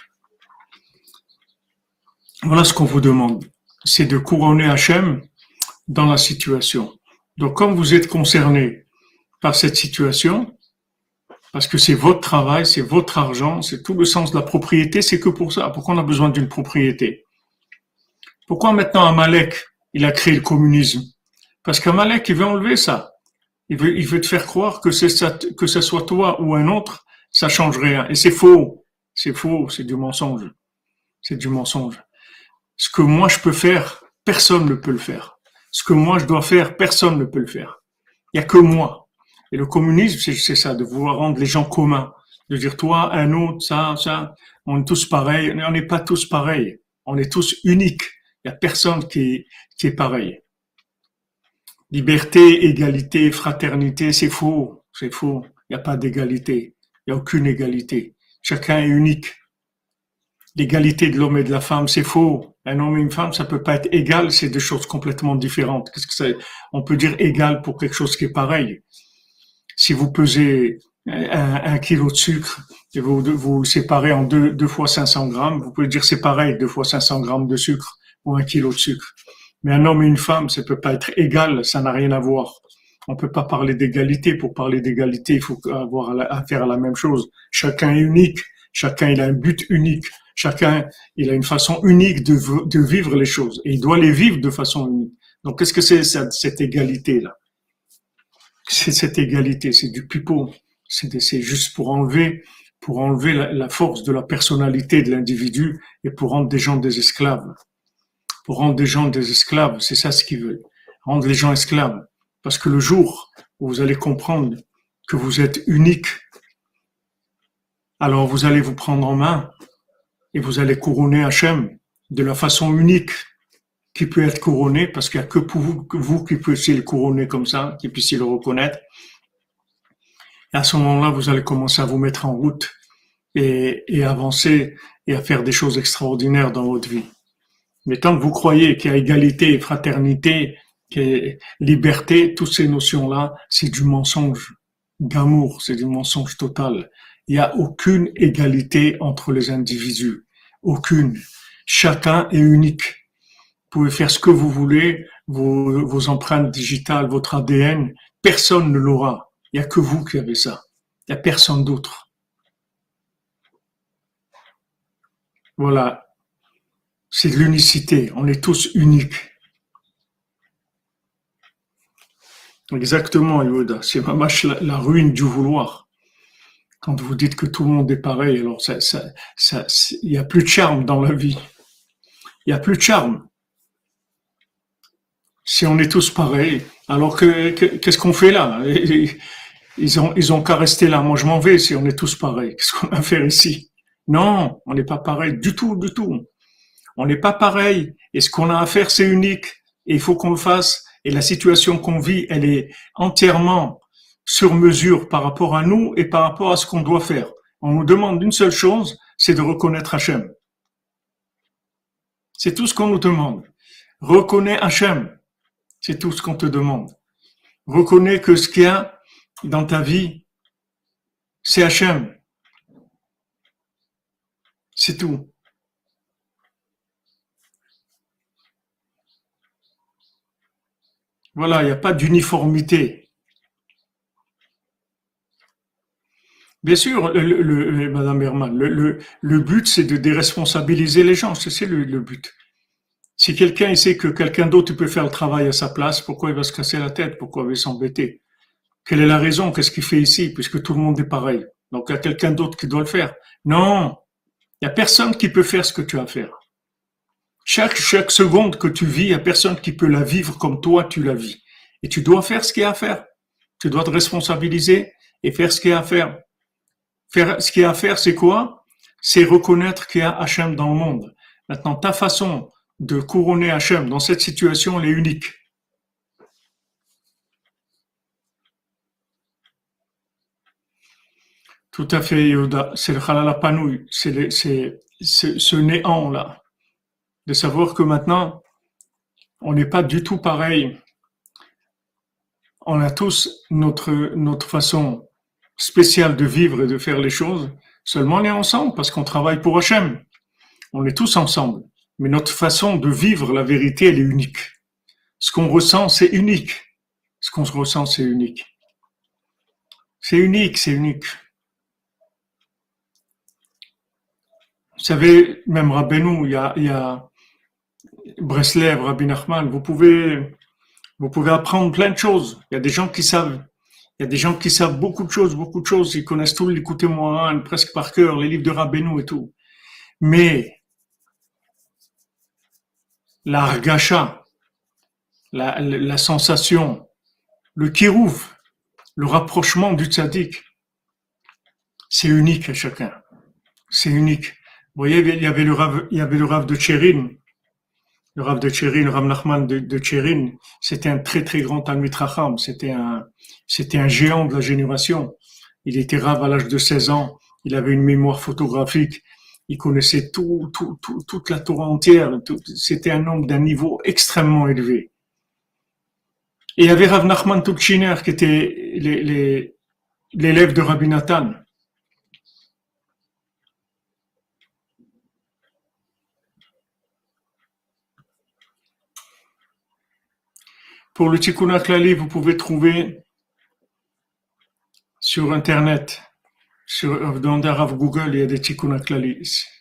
Voilà ce qu'on vous demande, c'est de couronner Hachem dans la situation. Donc comme vous êtes concerné par cette situation, parce que c'est votre travail, c'est votre argent, c'est tout le sens de la propriété, c'est que pour ça. Pourquoi on a besoin d'une propriété? Pourquoi maintenant Amalek, il a créé le communisme? Parce qu'Amalek, il veut enlever ça. Il veut, il veut te faire croire que c'est ça, que ce soit toi ou un autre, ça change rien. Et c'est faux. C'est faux. C'est du mensonge. C'est du mensonge. Ce que moi je peux faire, personne ne peut le faire. Ce que moi je dois faire, personne ne peut le faire. Il y a que moi. Et le communisme, c'est, c'est ça, de vouloir rendre les gens communs. De dire toi, un autre, ça, ça. On est tous pareils. On n'est pas tous pareils. On est tous uniques. Il y a personne qui, qui est pareil. Liberté, égalité, fraternité, c'est faux, c'est faux. Il n'y a pas d'égalité, il n'y a aucune égalité. Chacun est unique. L'égalité de l'homme et de la femme, c'est faux. Un homme et une femme, ça peut pas être égal, c'est deux choses complètement différentes. Qu'est-ce que c'est? On peut dire égal pour quelque chose qui est pareil. Si vous pesez un, un kilo de sucre, et vous, vous le séparez en deux, deux fois cinq cents grammes, vous pouvez dire c'est pareil, deux fois cinq cents grammes de sucre ou un kilo de sucre. Mais un homme et une femme, ça peut pas être égal, ça n'a rien à voir. On peut pas parler d'égalité. Pour parler d'égalité, il faut avoir à faire la même chose. Chacun est unique, chacun il a un but unique, chacun il a une façon unique de, de vivre les choses, et il doit les vivre de façon unique. Donc qu'est-ce que c'est cette, cette égalité-là? C'est cette égalité, c'est du pipeau. C'est, c'est juste pour enlever, pour enlever la, la force de la personnalité de l'individu et pour rendre des gens des esclaves. Pour rendre des gens des esclaves, c'est ça ce qu'ils veulent. Rendre les gens esclaves. Parce que le jour où vous allez comprendre que vous êtes unique, alors vous allez vous prendre en main et vous allez couronner Hachem de la façon unique qui peut être couronné, parce qu'il n'y a que pour vous, que vous qui puissiez le couronner comme ça, qui puissiez le reconnaître. Et à ce moment-là, vous allez commencer à vous mettre en route et, et avancer et à faire des choses extraordinaires dans votre vie. Mais tant que vous croyez qu'il y a égalité, fraternité, qu'il y a liberté, toutes ces notions-là, c'est du mensonge d'amour, c'est du mensonge total. Il n'y a aucune égalité entre les individus. Aucune. Chacun est unique. Vous pouvez faire ce que vous voulez, vos, vos empreintes digitales, votre A D N, personne ne l'aura. Il n'y a que vous qui avez ça. Il n'y a personne d'autre. Voilà. C'est de l'unicité. On est tous uniques. Exactement, Yehuda. C'est vraiment la, la ruine du vouloir. Quand vous dites que tout le monde est pareil, alors ça, ça, ça, il n'y a plus de charme dans la vie. Il n'y a plus de charme. Si on est tous pareils, alors que, que qu'est-ce qu'on fait là? Ils ont, ils ont qu'à rester là. Moi, je m'en vais si on est tous pareils. Qu'est-ce qu'on va faire ici? Non, on n'est pas pareil du tout, du tout. On n'est pas pareil. Et ce qu'on a à faire, c'est unique. Et il faut qu'on le fasse. Et la situation qu'on vit, elle est entièrement sur mesure par rapport à nous et par rapport à ce qu'on doit faire. On nous demande une seule chose, c'est de reconnaître Hachem. C'est tout ce qu'on nous demande. Reconnais Hachem. C'est tout ce qu'on te demande. Reconnais que ce qu'il y a dans ta vie, c'est Hachem. C'est tout. Voilà, il n'y a pas d'uniformité. Bien sûr, le, le, le- Madame Herman, le, le, le but, c'est de déresponsabiliser les gens. C'est c'est le, le but. Si quelqu'un il sait que quelqu'un d'autre peut faire le travail à sa place, pourquoi il va se casser la tête? Pourquoi il va s'embêter? Quelle est la raison? Qu'est-ce qu'il fait ici? Puisque tout le monde est pareil. Donc il y a quelqu'un d'autre qui doit le faire. Non, il n'y a personne qui peut faire ce que tu as à faire. Chaque, chaque seconde que tu vis, il n'y a personne qui peut la vivre comme toi tu la vis. Et tu dois faire ce qu'il y a à faire. Tu dois te responsabiliser et faire ce qu'il y a à faire. Faire ce qu'il y a à faire, c'est quoi? C'est reconnaître qu'il y a Hachem dans le monde. Maintenant, ta façon de couronner Hachem dans cette situation, elle est unique. Tout à fait, Yoda. C'est le halal panouille. C'est, le- c'est, c'est ce néant-là. De savoir que maintenant, on n'est pas du tout pareil. On a tous notre, notre façon spéciale de vivre et de faire les choses. Seulement, on est ensemble parce qu'on travaille pour Hachem. On est tous ensemble. Mais notre façon de vivre la vérité, elle est unique. Ce qu'on ressent, c'est unique. Ce qu'on se ressent, c'est unique. C'est unique, c'est unique. Vous savez, même Rabbeinu, il y a, il y a Breslev, Rabbi Nachman, vous pouvez, vous pouvez apprendre plein de choses. Il y a des gens qui savent, il y a des gens qui savent beaucoup de choses, beaucoup de choses. Ils connaissent tout l'écouter moi presque par cœur, les livres de Rabbeinu et tout. Mais la hargasha, la, la, la sensation, le kirouf, le rapprochement du tzaddik, c'est unique à chacun. C'est unique. Vous voyez, il y avait le rave, il y avait le rave de Tchérin, le rave de Tchérin, le rave Nachman de, de Tchérin. C'était un très très grand Talmid Chacham. C'était un, c'était un géant de la génération. Il était rave à l'âge de seize ans. Il avait une mémoire photographique. Il connaissait tout, tout, tout, toute la Torah entière. Tout, c'était un homme d'un niveau extrêmement élevé. Et il y avait Rav Nachman Tuchiner qui était les, les, l'élève de Rabbi Nathan. Pour le Tikkun HaKlali, vous pouvez trouver sur Internet, sur, dans le Rav Google, il y a des Tikkun HaKlali.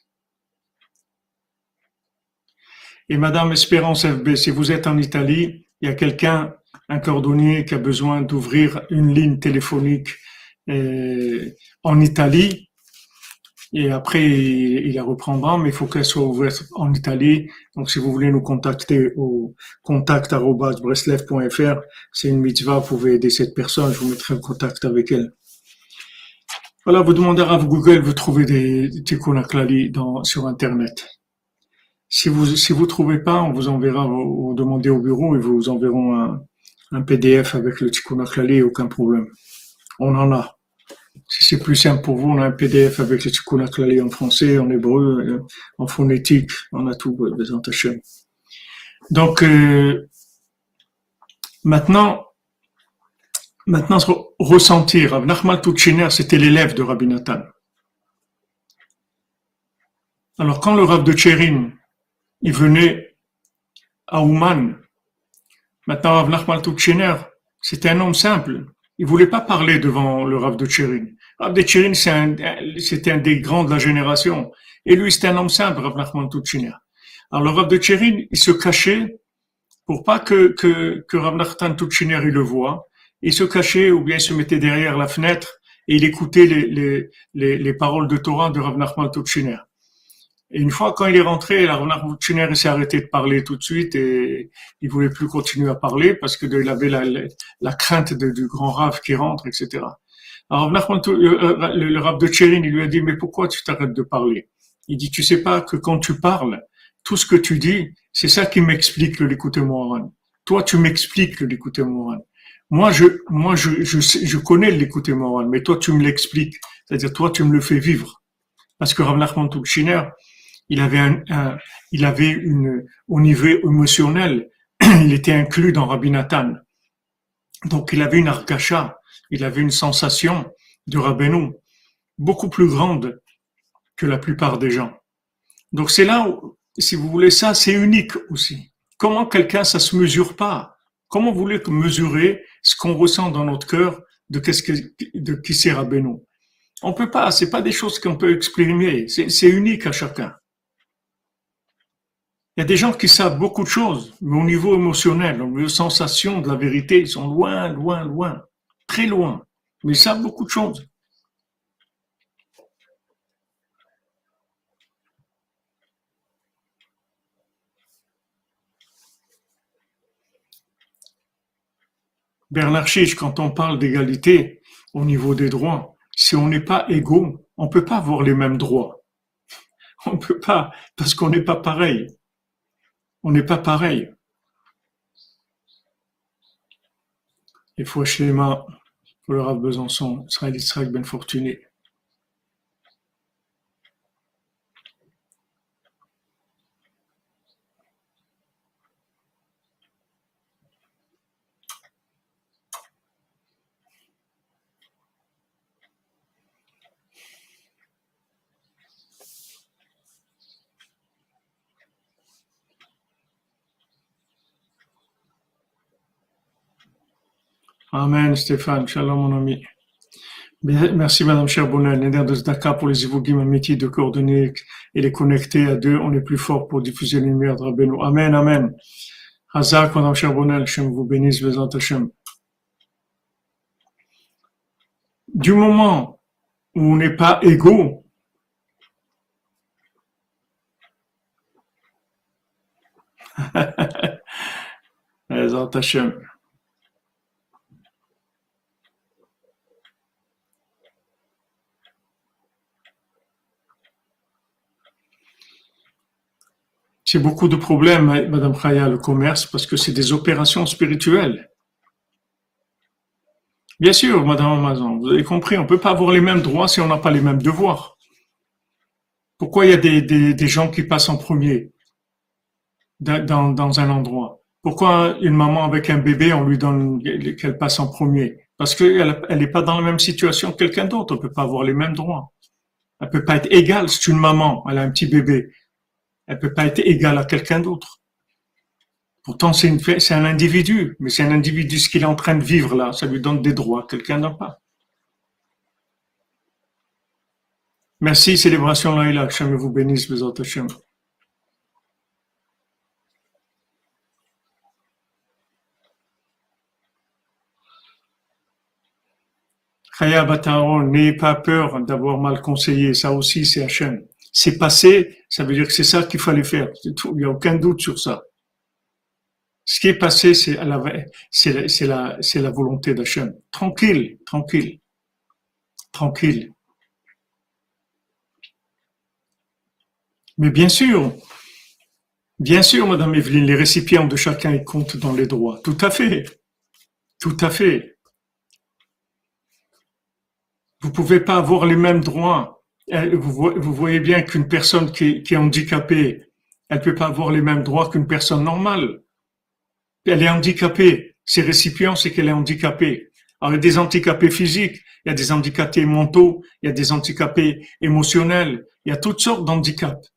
Et Madame Espérance F B, si vous êtes en Italie, il y a quelqu'un, un cordonnier qui a besoin d'ouvrir une ligne téléphonique euh, en Italie. Et après, il la reprendra, mais il faut qu'elle soit ouverte en Italie. Donc, si vous voulez nous contacter au contact arobase breslev point f r, c'est une mitzvah, vous pouvez aider cette personne, je vous mettrai en contact avec elle. Voilà, vous demandez à Google, vous trouvez des Tikkun HaKlali dans, sur Internet. Si vous, si vous trouvez pas, on vous enverra, vous, vous demandez au bureau et vous enverront un, un P D F avec le Tikkun HaKlali, aucun problème. On en a. Si c'est plus simple pour vous, on a un P D F avec le Tikkun HaKlali en français, en hébreu, en phonétique, on a tout, Bezrat Hashem. Donc, euh, maintenant, maintenant, ressentir. Rav Nachman Tuchiner, c'était l'élève de Rabbi Nathan. Alors, quand le Rav de Tchérin, il venait à Ouman, maintenant, Rav Nachman Tuchiner, c'était un homme simple. Il voulait pas parler devant le Rav de Tchérin. Rav de Tchérin, c'est un, c'était un des grands de la génération. Et lui, c'était un homme simple, Rav Nachman Tuchiner. Alors, le Rav de Tchérin, il se cachait pour pas que, que, que Rav Nachman Tuchiner, il le voit. Il se cachait ou bien il se mettait derrière la fenêtre et il écoutait les, les, les, les paroles de Torah de Rav Nachman Tuchiner. Et une fois, quand il est rentré, Rav Nachman Tuchiner s'est arrêté de parler tout de suite et il voulait plus continuer à parler parce que il avait la, la, la crainte de, du grand Rav qui rentre, et cetera. Alors, Nachman, le, le, le Rav de Tchérin, il lui a dit, mais pourquoi tu t'arrêtes de parler? Il dit, tu sais pas que quand tu parles, tout ce que tu dis, c'est ça qui m'explique le Likutei Moharan. Toi, tu m'expliques le Likutei Moharan. Moi, je, moi, je, je, sais, je connais le Likutei Moharan, mais toi, tu me l'expliques. C'est-à-dire, toi, tu me le fais vivre. Parce que Rav Nachman Tuchiner, il avait un, un, il avait une, au niveau émotionnel, il était inclus dans Rabbi Nathan. Donc, il avait une argacha, il avait une sensation de Rabbeinu beaucoup plus grande que la plupart des gens. Donc, c'est là où, si vous voulez ça, c'est unique aussi. Comment quelqu'un, ça se mesure pas? Comment vous voulez mesurer ce qu'on ressent dans notre cœur de qu'est-ce que, de qui c'est Rabbeinu? On peut pas, c'est pas des choses qu'on peut exprimer. C'est, c'est unique à chacun. Il y a des gens qui savent beaucoup de choses, mais au niveau émotionnel, au niveau sensation de la vérité, ils sont loin, loin, loin, très loin. Mais ils savent beaucoup de choses. Bernard Chiche, quand on parle d'égalité au niveau des droits, si on n'est pas égaux, on peut pas avoir les mêmes droits. On peut pas, parce qu'on n'est pas pareil. On n'est pas pareil. Il faut schéma pour le Rav Besançon, Israël Israël Ben Fortuné. Amen, Stéphane. Shalom, mon ami. Merci, Madame Cherbonnel. Neder de Zdaka pour les Ivogim, un métier de coordonner et les connecter à deux. On est plus fort pour diffuser les lumières de Rabbeinu. Amen, amen. Hazak, Madame Cherbonnel. Hashem vous bénisse, Bezrat Hashem. Du moment où on n'est pas égaux, Bezrat Hashem. C'est beaucoup de problèmes, Madame Chaya, le commerce, parce que c'est des opérations spirituelles. Bien sûr, Madame Amazon, vous avez compris, on ne peut pas avoir les mêmes droits si on n'a pas les mêmes devoirs. Pourquoi il y a des, des, des gens qui passent en premier dans, dans un endroit? Pourquoi une maman avec un bébé, on lui donne qu'elle passe en premier? Parce qu'elle elle n'est pas dans la même situation que quelqu'un d'autre. Elle ne peut pas avoir les mêmes droits. Elle ne peut pas être égale. C'est une maman, elle a un petit bébé. Elle ne peut pas être égale à quelqu'un d'autre. Pourtant, c'est, une, c'est un individu, mais c'est un individu, ce qu'il est en train de vivre là, ça lui donne des droits, quelqu'un n'a pas. Merci, célébration Laïla, que Hachem vous bénisse, Bezat Hachem. Chaya Bataron, n'ayez pas peur d'avoir mal conseillé, ça aussi c'est Hachem. C'est passé, ça veut dire que c'est ça qu'il fallait faire, c'est tout, il n'y a aucun doute sur ça. Ce qui est passé, c'est la, c'est la, c'est la, c'est la volonté d'Hachem. Tranquille, tranquille, tranquille. Mais bien sûr, bien sûr, Madame Evelyne, les récipients de chacun ils comptent dans les droits. Tout à fait, tout à fait. Vous pouvez pas avoir les mêmes droits. Vous voyez bien qu'une personne qui, qui est handicapée, elle peut pas avoir les mêmes droits qu'une personne normale. Elle est handicapée. Ses récipients, c'est qu'elle est handicapée. Alors, il y a des handicapés physiques, il y a des handicapés mentaux, il y a des handicapés émotionnels, il y a toutes sortes d'handicaps.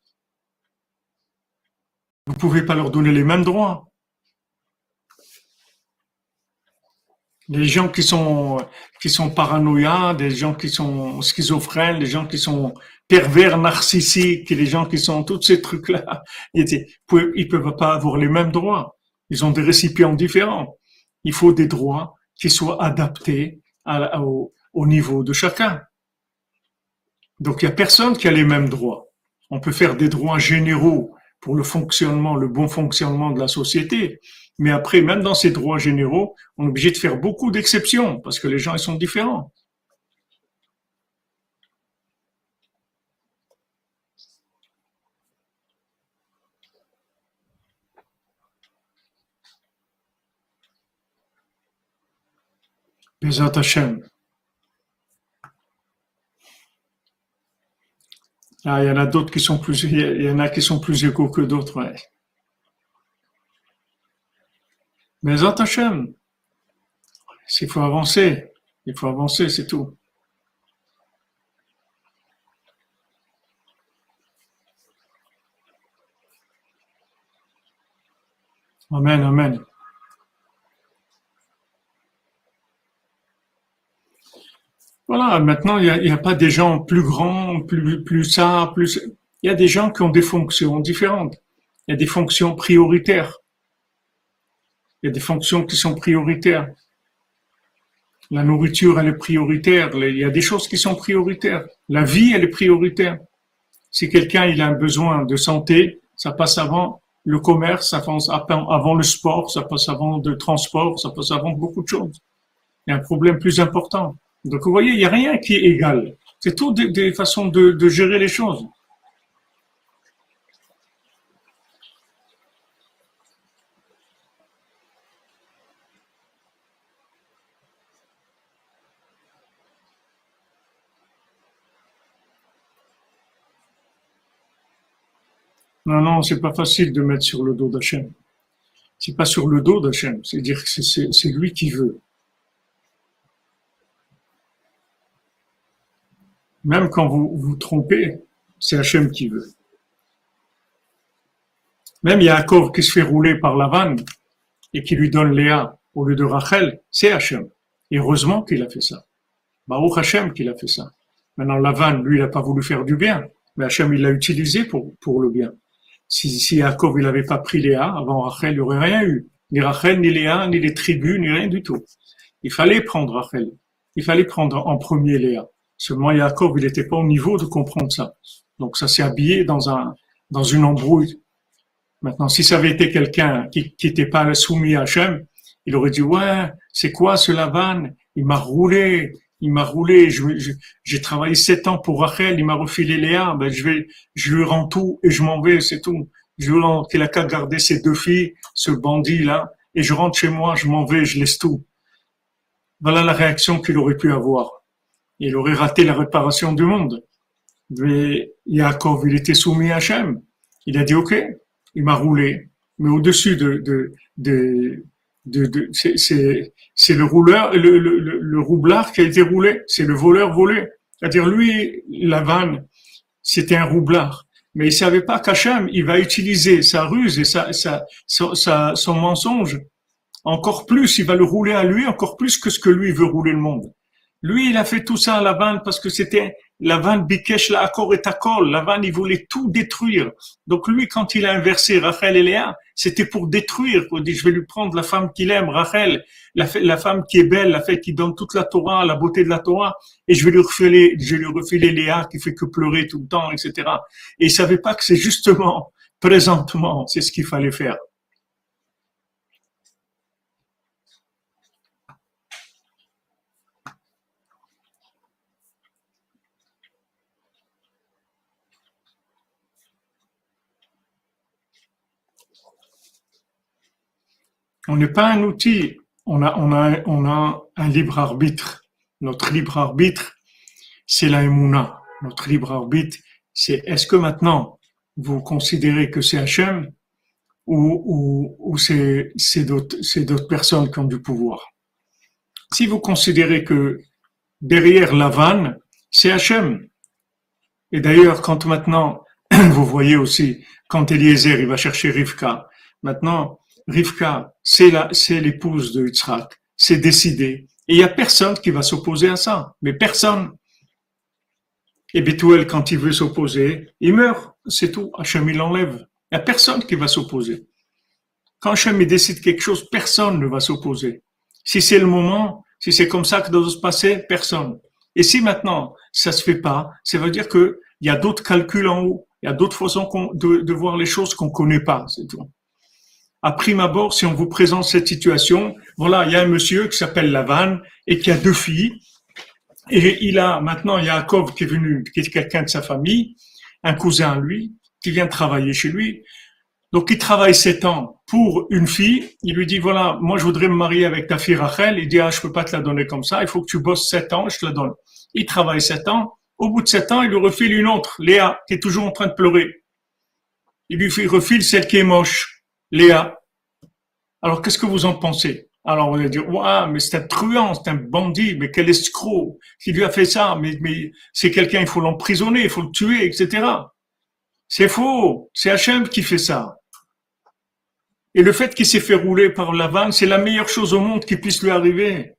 Vous pouvez pas leur donner les mêmes droits. Les gens qui sont, qui sont paranoïaques, des gens qui sont schizophrènes, des gens qui sont pervers narcissiques, les gens qui sont tous ces trucs-là, ils ne peuvent pas avoir les mêmes droits. Ils ont des récipients différents. Il faut des droits qui soient adaptés à, au, au niveau de chacun. Donc il n'y a personne qui a les mêmes droits. On peut faire des droits généraux pour le fonctionnement, le bon fonctionnement de la société. Mais après, même dans ces droits généraux, on est obligé de faire beaucoup d'exceptions parce que les gens ils sont différents. Bezat Hashem. Ah, il y en a d'autres qui sont plus, il y en a qui sont plus égaux que d'autres, ouais. Bezat Hashem. Il faut avancer. Il faut avancer, c'est tout. Amen, amen. Voilà, maintenant, il n'y a, il y a pas des gens plus grands, plus, plus ça, plus... Il y a des gens qui ont des fonctions différentes. Il y a des fonctions prioritaires. Il y a des fonctions qui sont prioritaires. La nourriture, elle est prioritaire. Il y a des choses qui sont prioritaires. La vie, elle est prioritaire. Si quelqu'un il a un besoin de santé, ça passe avant le commerce, ça passe avant le sport, ça passe avant le transport, ça passe avant beaucoup de choses. Il y a un problème plus important. Donc vous voyez, il n'y a rien qui est égal. C'est tout des, des façons de, de gérer les choses. Non, non, c'est pas facile de mettre sur le dos d'Hachem. C'est pas sur le dos d'Hachem, c'est dire que c'est, c'est, c'est lui qui veut. Même quand vous vous trompez, c'est Hachem qui veut. Même Yaakov qui se fait rouler par Lavan et qui lui donne Léa au lieu de Rachel, c'est Hachem. Et heureusement qu'il a fait ça. Baruch Hachem qu'il a fait ça. Maintenant, Lavan, lui, il n'a pas voulu faire du bien, mais Hachem, il l'a utilisé pour, pour le bien. Si, si Yaakov, il n'avait pas pris Léa, avant Rachel, il n'y aurait rien eu. Ni Rachel, ni Léa, ni les tribus, ni rien du tout. Il fallait prendre Rachel. Il fallait prendre en premier Léa. Seulement Yaakov, il n'était pas au niveau de comprendre ça. Donc ça s'est habillé dans un, dans une embrouille. Maintenant, si ça avait été quelqu'un qui n'était pas soumis à Hachem, il aurait dit, ouais, c'est quoi ce Lavan? Il m'a roulé, il m'a roulé, je, je, j'ai travaillé sept ans pour Rachel, il m'a refilé Léa, ben je vais, je lui rends tout et je m'en vais, c'est tout. Je lui rends qu'il a qu'à garder ses deux filles, ce bandit-là, et je rentre chez moi, je m'en vais, je laisse tout. Voilà la réaction qu'il aurait pu avoir. Il aurait raté la réparation du monde. Mais Yaakov, il était soumis à Hachem. Il a dit, OK, il m'a roulé. Mais au-dessus de, de, de, de, de c'est, c'est, c'est le rouleur, le, le, le, le roublard qui a été roulé, c'est le voleur volé. C'est-à-dire lui, Lavan, c'était un roublard. Mais il savait pas qu'Hachem, il va utiliser sa ruse et sa, sa, sa, sa- son mensonge encore plus, il va le rouler à lui encore plus que ce que lui veut rouler le monde. Lui, il a fait tout ça à Lavan parce que c'était Lavan Bikesh la Akor et Takol. Lavan, il voulait tout détruire. Donc lui, quand il a inversé Rachel et Léa, c'était pour détruire. Il dit, je vais lui prendre la femme qu'il aime, Rachel, la, la femme qui est belle, la femme qui donne toute la Torah, la beauté de la Torah, et je vais lui refiler, je vais lui refiler Léa qui fait que pleurer tout le temps, et cetera. Et il savait pas que c'est justement, présentement, c'est ce qu'il fallait faire. On n'est pas un outil, on a, on a, on a un libre arbitre. Notre libre arbitre, c'est la Emouna. Notre libre arbitre, c'est est-ce que maintenant vous considérez que c'est Hachem ou, ou, ou c'est, c'est d'autres, c'est d'autres personnes qui ont du pouvoir. Si vous considérez que derrière la vanne, c'est Hachem. Et d'ailleurs, quand maintenant, vous voyez aussi, quand Eliezer, il va chercher Rivka, maintenant, Rivka, c'est la, c'est l'épouse de Yitzhak. C'est décidé. Et il n'y a personne qui va s'opposer à ça. Mais personne. Et Bethuel, quand il veut s'opposer, il meurt. C'est tout. Hachem, il l'enlève. Il n'y a personne qui va s'opposer. Quand Hachem, il décide quelque chose, personne ne va s'opposer. Si c'est le moment, si c'est comme ça que doit se passer, personne. Et si maintenant, ça se fait pas, ça veut dire que il y a d'autres calculs en haut. Il y a d'autres façons de, de voir les choses qu'on connaît pas. C'est tout. À prime abord, si on vous présente cette situation, voilà, il y a un monsieur qui s'appelle Lavan et qui a deux filles. Et il a maintenant Yaakov qui est venu, qui est quelqu'un de sa famille, un cousin à lui, qui vient travailler chez lui. Donc il travaille sept ans pour une fille. Il lui dit voilà, moi je voudrais me marier avec ta fille Rachel. Il dit ah je peux pas te la donner comme ça. Il faut que tu bosses sept ans, je te la donne. Il travaille sept ans. Au bout de sept ans, il lui refile une autre, Léa, qui est toujours en train de pleurer. Il lui refile celle qui est moche, Léa. Alors qu'est-ce que vous en pensez? Alors on va dire ouais, mais c'est un truand, c'est un bandit, mais quel escroc qui lui a fait ça. Mais, mais c'est quelqu'un, il faut l'emprisonner, il faut le tuer, et cetera. C'est faux. C'est Hachem qui fait ça. Et le fait qu'il s'est fait rouler par la vanne, c'est la meilleure chose au monde qui puisse lui arriver.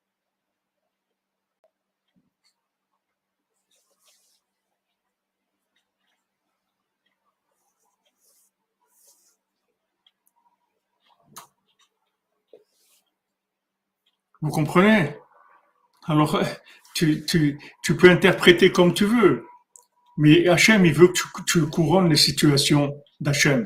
Vous comprenez? Alors, tu, tu, tu peux interpréter comme tu veux. Mais Hachem, il veut que tu, tu couronnes les situations d'Hachem.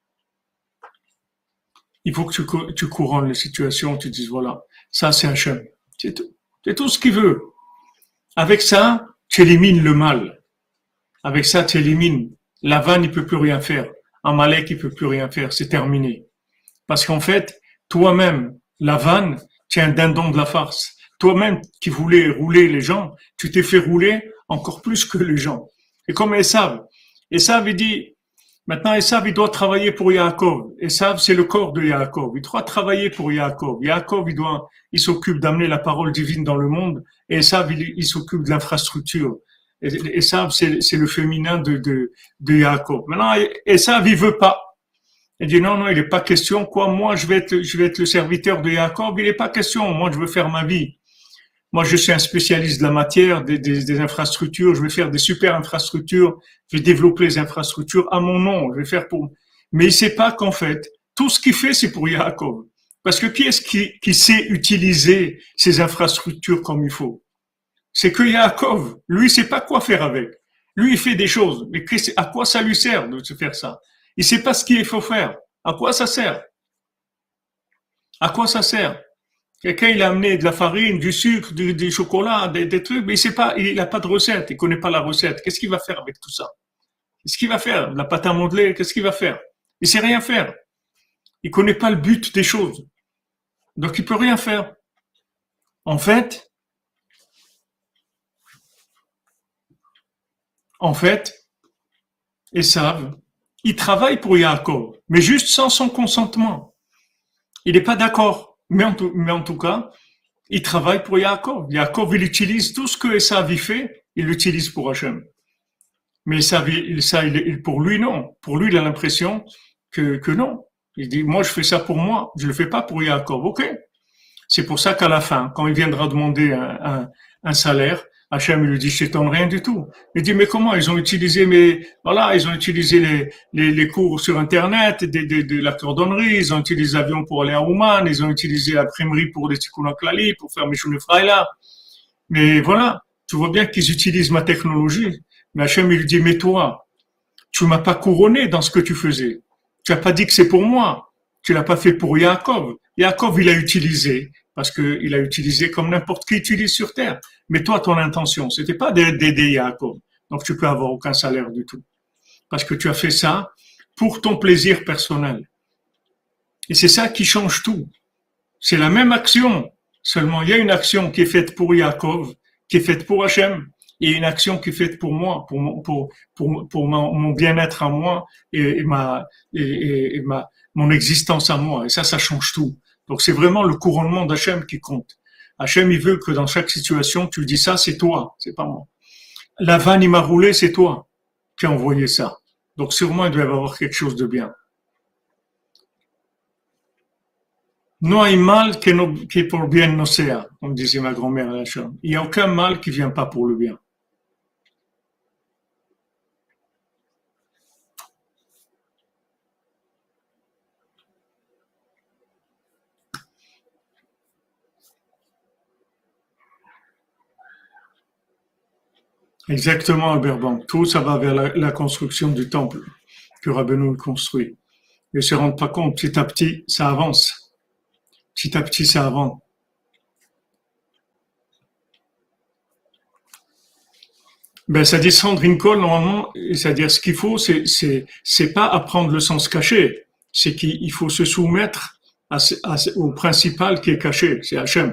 Il faut que tu, tu couronnes les situations, tu dises, voilà, ça c'est Hachem. C'est tout. C'est tout ce qu'il veut. Avec ça, tu élimines le mal. Avec ça, tu élimines. La vanne, il peut plus rien faire. Amalek, il peut plus rien faire. C'est terminé. Parce qu'en fait, toi-même, la vanne, tu es un dindon de la farce. Toi-même qui voulais rouler les gens, tu t'es fait rouler encore plus que les gens. Et comme Esav, Esav, il dit, maintenant Esav, il doit travailler pour Yaakov. Esav, c'est le corps de Yaakov. Il doit travailler pour Yaakov. Yaakov, il doit, il s'occupe d'amener la parole divine dans le monde. Et Esav, il, il s'occupe de l'infrastructure. Esav, c'est, c'est le féminin de, de, de Yaakov. Maintenant, Esav, il veut pas. Il dit non, non, il n'est pas question, quoi, moi je vais être, je vais être le serviteur de Jacob, il n'est pas question, moi je veux faire ma vie. Moi je suis un spécialiste de la matière, des, des, des infrastructures, je vais faire des super infrastructures, je vais développer les infrastructures à mon nom, je vais faire pour... Mais il ne sait pas qu'en fait, tout ce qu'il fait c'est pour Jacob. Parce que qui est-ce qui, qui sait utiliser ces infrastructures comme il faut? C'est que Jacob, lui il sait pas quoi faire avec. Lui il fait des choses, mais à quoi ça lui sert de se faire ça? Il sait pas ce qu'il faut faire. À quoi ça sert? À quoi ça sert? Quelqu'un, il a amené de la farine, du sucre, du, du chocolat, des, des trucs, mais il sait pas, il n'a pas de recette, il connaît pas la recette. Qu'est-ce qu'il va faire avec tout ça? Qu'est-ce qu'il va faire? La pâte à modeler, qu'est-ce qu'il va faire? Il sait rien faire. Il connaît pas le but des choses. Donc, il peut rien faire. En fait, en fait, Esav, il travaille pour Yaakov, mais juste sans son consentement. Il n'est pas d'accord. Mais en, tout, mais en tout cas, il travaille pour Yaakov. Yaakov, il utilise tout ce que Esav fait, il l'utilise pour Hachem. Mais ça, il, ça il, il- pour lui, non. Pour lui, il a l'impression que, que non. Il dit, moi, je fais ça pour moi. Je le fais pas pour Yaakov. OK. C'est pour ça qu'à la fin, quand il viendra demander un, un, un salaire, Hachem il lui dit, je t'étonne rien du tout. Il dit, mais comment ils ont utilisé mes, voilà, ils ont utilisé les, les, les cours sur Internet, de, de, de la cordonnerie, ils ont utilisé l'avion pour aller à Ouman, ils ont utilisé l'imprimerie pour les Tikkun Klali, pour faire mes Freila. Mais voilà, tu vois bien qu'ils utilisent ma technologie. Mais Hachem, il lui dit, mais toi, tu m'as pas couronné dans ce que tu faisais. Tu n'as pas dit que c'est pour moi. Tu l'as pas fait pour Yaakov. Yaakov, il a utilisé, parce qu'il a utilisé comme n'importe qui utilise sur Terre. Mais toi, ton intention, c'était pas d'aider Yaakov. Donc, tu peux avoir aucun salaire du tout. Parce que tu as fait ça pour ton plaisir personnel. Et c'est ça qui change tout. C'est la même action. Seulement, il y a une action qui est faite pour Yaakov, qui est faite pour Hachem, et une action qui est faite pour moi, pour mon, pour, pour, pour mon, mon bien-être à moi et, et ma, et, et ma, mon existence à moi. Et ça, ça change tout. Donc, c'est vraiment le couronnement d'Hachem qui compte. Hachem, il veut que dans chaque situation, tu dis ça, c'est toi, c'est pas moi. La vanne, il m'a roulé, c'est toi qui as envoyé ça. Donc, sûrement, il doit y avoir quelque chose de bien. Non hay mal que, no, que pour bien no sea, comme disait ma grand-mère à la chambre. Il n'y a aucun mal qui vient pas pour le bien. Exactement, Albert Bank. Tout ça va vers la, la construction du temple que Rabbeinu construit. Ils ne se rendent pas compte, petit à petit, ça avance. Petit à petit, ça avance. Ben, ça dit sans drinkol, normalement, c'est-à-dire ce qu'il faut, c'est, c'est, c'est pas apprendre le sens caché. C'est qu'il faut se soumettre à, à, au principal qui est caché, c'est Hachem.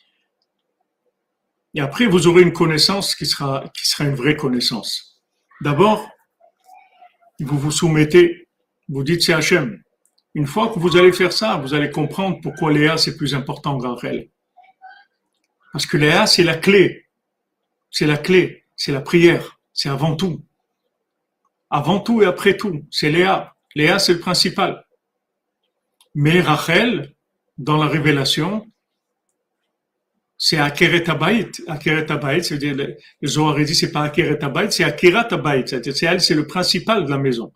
Et après, vous aurez une connaissance qui sera, qui sera une vraie connaissance. D'abord, vous vous soumettez, vous dites c'est Hachem. Une fois que vous allez faire ça, vous allez comprendre pourquoi Léa c'est plus important que Rachel. Parce que Léa c'est la clé, c'est la clé, c'est la prière, c'est avant tout. Avant tout et après tout, c'est Léa. Léa c'est le principal. Mais Rachel, dans la révélation, c'est Akeret Habayit. Akeret Habayit, c'est-à-dire, le Zohar dit, c'est pas Akeret Habayit, c'est Akirat Habayit. C'est-à-dire, c'est elle, c'est le principal de la maison.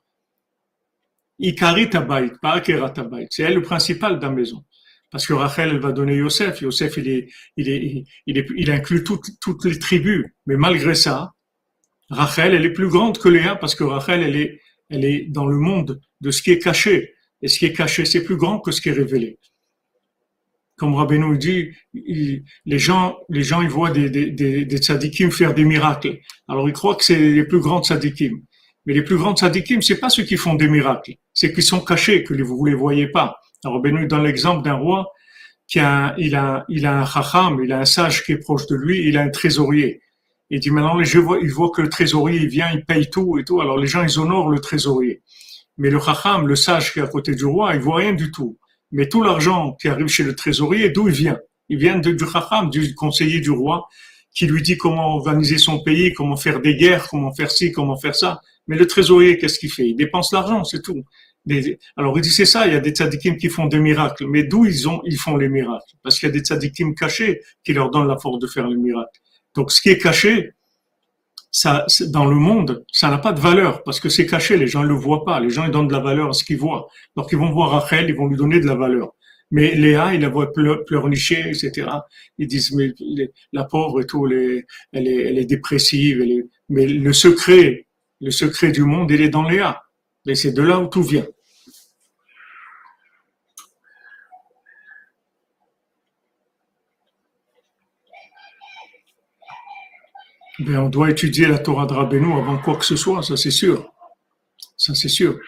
Ikarit Habayit, pas Akirat Habayit. C'est elle le principal de la maison. Parce que Rachel, elle va donner Yosef. Yosef, il est, il est, il est, il inclut toutes, toutes les tribus. Mais malgré ça, Rachel, elle est plus grande que Léa parce que Rachel, elle est, elle est dans le monde de ce qui est caché. Et ce qui est caché, c'est plus grand que ce qui est révélé. Comme Rabbeinu dit, il, les gens, les gens, ils voient des, des, des, des tzadikim faire des miracles. Alors, ils croient que c'est les plus grands tzadikim. Mais les plus grands tzadikim, c'est pas ceux qui font des miracles. C'est qu'ils sont cachés, que vous ne les voyez pas. Alors, Rabbeinu donne l'exemple d'un roi qui a, il a, il a un chacham, il a un sage qui est proche de lui, il a un trésorier. Il dit maintenant, les gens voient, ils voient que le trésorier, il vient, il paye tout et tout. Alors, les gens, ils honorent le trésorier. Mais le chacham, le sage qui est à côté du roi, il voit rien du tout. Mais tout l'argent qui arrive chez le trésorier, d'où il vient? Il vient de, du chacham, du conseiller du roi, qui lui dit comment organiser son pays, comment faire des guerres, comment faire ci, comment faire ça. Mais le trésorier, qu'est-ce qu'il fait? Il dépense l'argent, c'est tout. Des, alors il dit c'est ça, il y a des tzadikim qui font des miracles. Mais d'où ils ont, ils font les miracles? Parce qu'il y a des tzadikim cachés qui leur donnent la force de faire les miracles. Donc ce qui est caché, ça, dans le monde, ça n'a pas de valeur parce que c'est caché, les gens ne le voient pas. Les gens ils donnent de la valeur à ce qu'ils voient. Donc ils vont voir Rachel, ils vont lui donner de la valeur. Mais Léa, ils la voient pleurnicher, et cetera. Ils disent mais la pauvre et tout, elle est, elle est, elle est dépressive. Elle est... Mais le secret, le secret du monde, il est dans Léa. Et c'est de là où tout vient. Ben, on doit étudier la Torah de Rabbeinu avant quoi que ce soit, ça c'est sûr. Ça c'est sûr.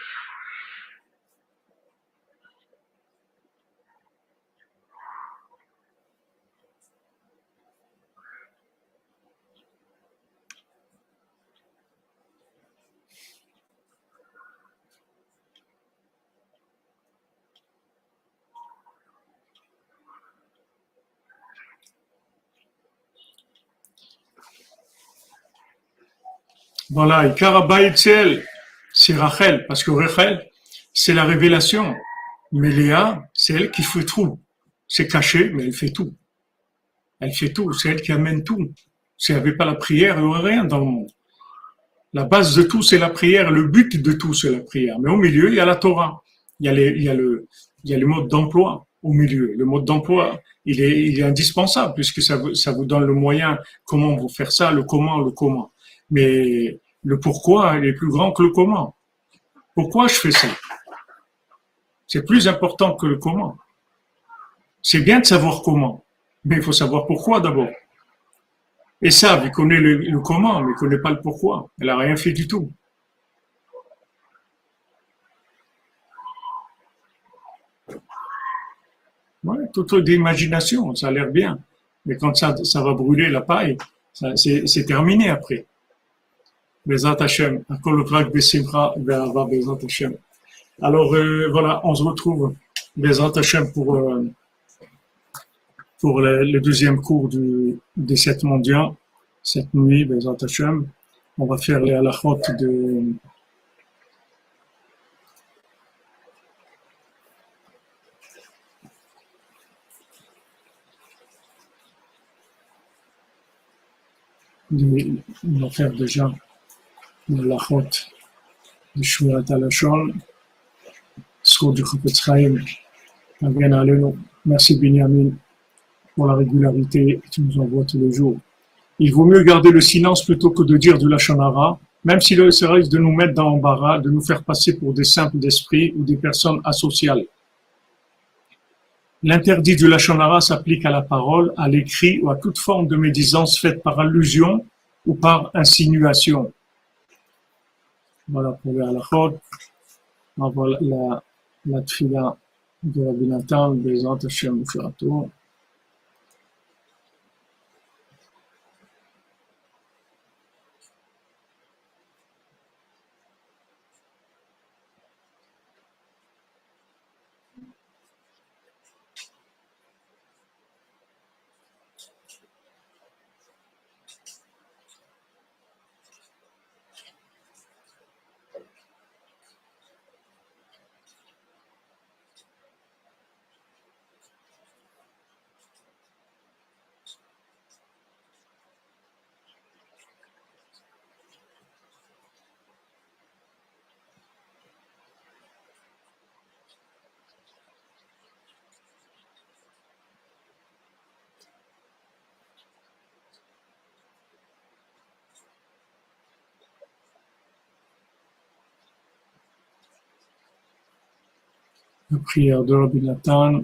Voilà, Ikar Abayit c'est elle, c'est Rachel, parce que Rachel, c'est la révélation. Mais Léa, c'est elle qui fait tout. C'est caché, mais elle fait tout. Elle fait tout, c'est elle qui amène tout. S'il n'y avait pas la prière, il n'y aurait rien dans le monde. La base de tout, c'est la prière. Le but de tout, c'est la prière. Mais au milieu, il y a la Torah. Il y a, les, il y a, le, il y a le mode d'emploi au milieu. Le mode d'emploi, il est, il est indispensable puisque ça, vous- ça vous donne le moyen, comment vous faire ça, le comment, le comment. Mais le pourquoi, il est plus grand que le comment. Pourquoi je fais ça? C'est plus important que le comment. C'est bien de savoir comment, mais il faut savoir pourquoi d'abord. Et ça, il connaît le, le comment, mais il ne connaît pas le pourquoi. Elle n'a rien fait du tout. Ouais, tout truc d'imagination, ça a l'air bien. Mais quand ça, ça va brûler la paille, ça- c'est c'est terminé après. Bezat Hashem, Akol Vrak Besimcha, Be'ava Bezat Hashem. Alors euh, voilà, on se retrouve Bezat Hashem pour, euh, pour le, le deuxième cours du, des sept mondiaux. Cette nuit, Bezat Hashem, on va faire les halachot de, de, on va faire déjà les halachot de Shurat Halashon, Srout du Chofetz Chaim, Aguen Alenu. Merci Binyamin pour la régularité que tu nous envoies tous les jours. Il vaut mieux garder le silence plutôt que de dire du Lachon Hara, même si le risque de nous mettre dans l'embarras, de nous faire passer pour des simples d'esprit ou des personnes asociales. L'interdit du Lachon Hara s'applique à la parole, à l'écrit ou à toute forme de médisance faite par allusion ou par insinuation. Voilà pour les halachot. Voilà la, la tfila de Rabbi Nathan, Bezrat Hashem Ufirato. La prière de Rabbi Nathan.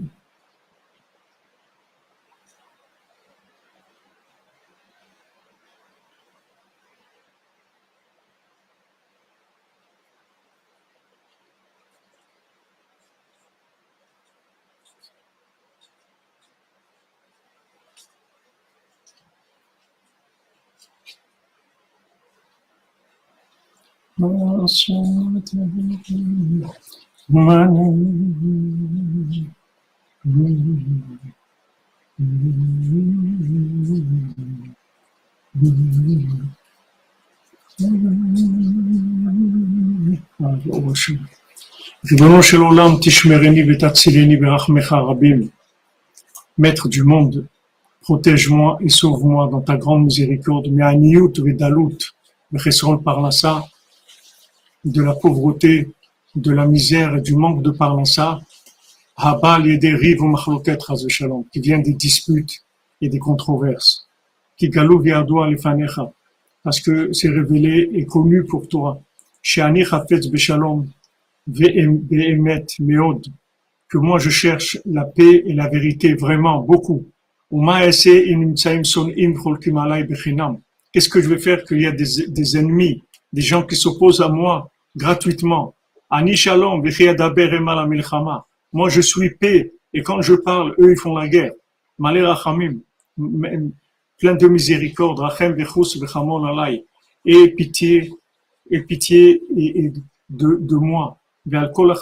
ריבונו של עולם, תשמרני ותצילני ברחמך רבים. Maître du monde, protège-moi et sauve-moi dans ta grande miséricorde, me'aniyut ve'dalut, v'chesrol parnassa, de la pauvreté, de la misère et du manque de parnassa, habal et des rives ou machloket chas v'shalom, qui viennent des disputes et des controverses, qui galou vi'adoua lefanecha, parce que c'est révélé et connu pour toi, she'ani chafetz b'shalom, ve'emet meod, que moi je cherche la paix et la vérité vraiment beaucoup. Qu'est-ce que je vais faire qu'il y a des, des ennemis, des gens qui s'opposent à moi gratuitement? Ani shalom, moi je suis paix et quand je parle, eux ils font la guerre. Malé rachamim, plein de miséricorde, rachem vechus vechamon alay, et pitié, et pitié et, et de, de moi. Et,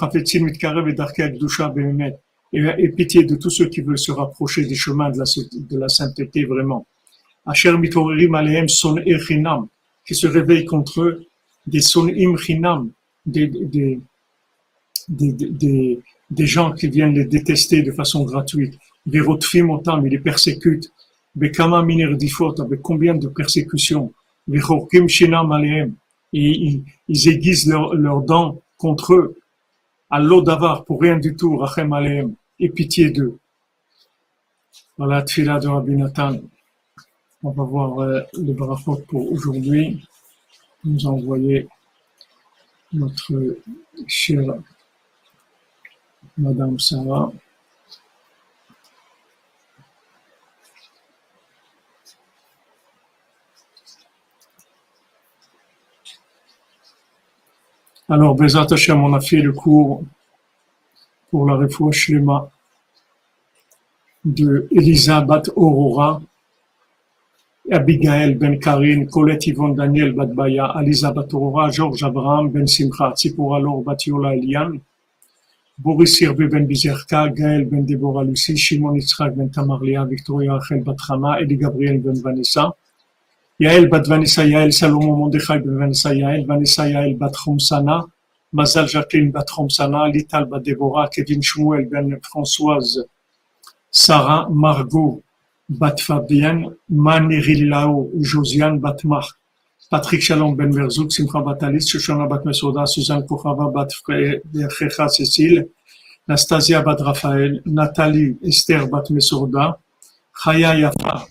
et pitié de tous ceux qui veulent se rapprocher des chemins de la, de la sainteté vraiment. qui se réveillent contre eux, des sonim chinam, des, des, des, des, des gens qui viennent les détester de façon gratuite. Des rotfim otam, ils les persécutent. Bekama minerdifot, avec combien de persécutions. Des chorkim shinam alehem, et ils, ils aiguisent leurs leur dents contre eux. Allo davar, pour rien du tout, rachem alehem, et pitié d'eux. Voilà, tfila de Rabbi Nathan. On va voir euh, le brachot pour aujourd'hui. Il nous a envoyé notre chère Madame Sarah. Alors, Bezat Hashem, on a fait le cours pour la refoua shlema de Elisa Bat Aurora, Abigail Ben Karin, Colette Yvonne Daniel Bat Baya, Aliza Bat Aurora, Georges Abraham Ben Simcha, Tzipora Lor Bat Yola Elian, Boris Sirbe Ben Bizerka, Gaël Ben Deborah Lucie, Shimon Yitzhak Ben Tamarlia, Victoria Rachel Bat Chama, Eli Gabriel Ben Vanessa, Yael Bat Vanessa, Yael Salomon Mordechai Ben Vanessa, Yael Vanessa, Yael Bat Chomsana, Mazal Jacqueline Bat Chomsana, Lital Bat Deborah, Kevin Shmuel Ben Françoise, Sarah Margot Bat Fabienne, Manirilao Josiane Bat Marc, Patrick Shalom Ben Merzouk, Simcha Bat Alice, Shoshana Bat Mesoda, Suzanne Kochava Bat Frecha Cécile, Nastasia Bat Raphaël, Nathalie Esther Bat Mesoda, Chaya Yafa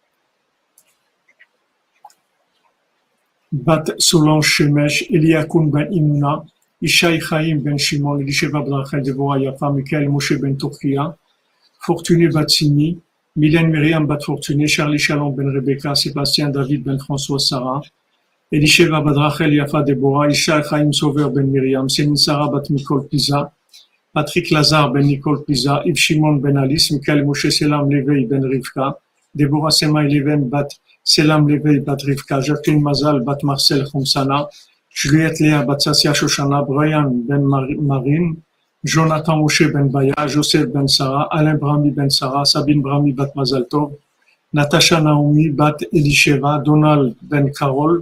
Bat Solange Shemesh, Eliakoun Ben Imuna, Ishaï Chaim Ben Shimon, Elisheva Bat Rachel Deborah Yafa, Michael Moshe Ben Turkia, Fortuné Batsini, Mylène Myriam Bat Fortuné, Charlie Shalom Ben Rebecca, Sébastien David Ben François Sarah, Elisheva Bat Rachel Yafa Deborah, Ishaï Chaim Sauveur Ben Myriam, Céline Sarah Bat Nicole Pisa, Patrick Lazare Ben Nicole Pisa, Yves Shimon Ben Alice, Michael Moshe Selam Levei Ben Rivka, Deborah Semaï Leven Bat Selam Levei Bat Rivka, Jacqueline Mazal Bat Marcel Khomsana, Juliette Léa Bat Sassia Shoshana, Brian Ben Marine, Jonathan Moshe Ben Baya, Joseph Ben Sarah, Alain Brahmi Ben Sarah, Sabine Brahmi Bat Mazal Tov, Natasha Naomi Bat Elisheva, Donald Ben Carol,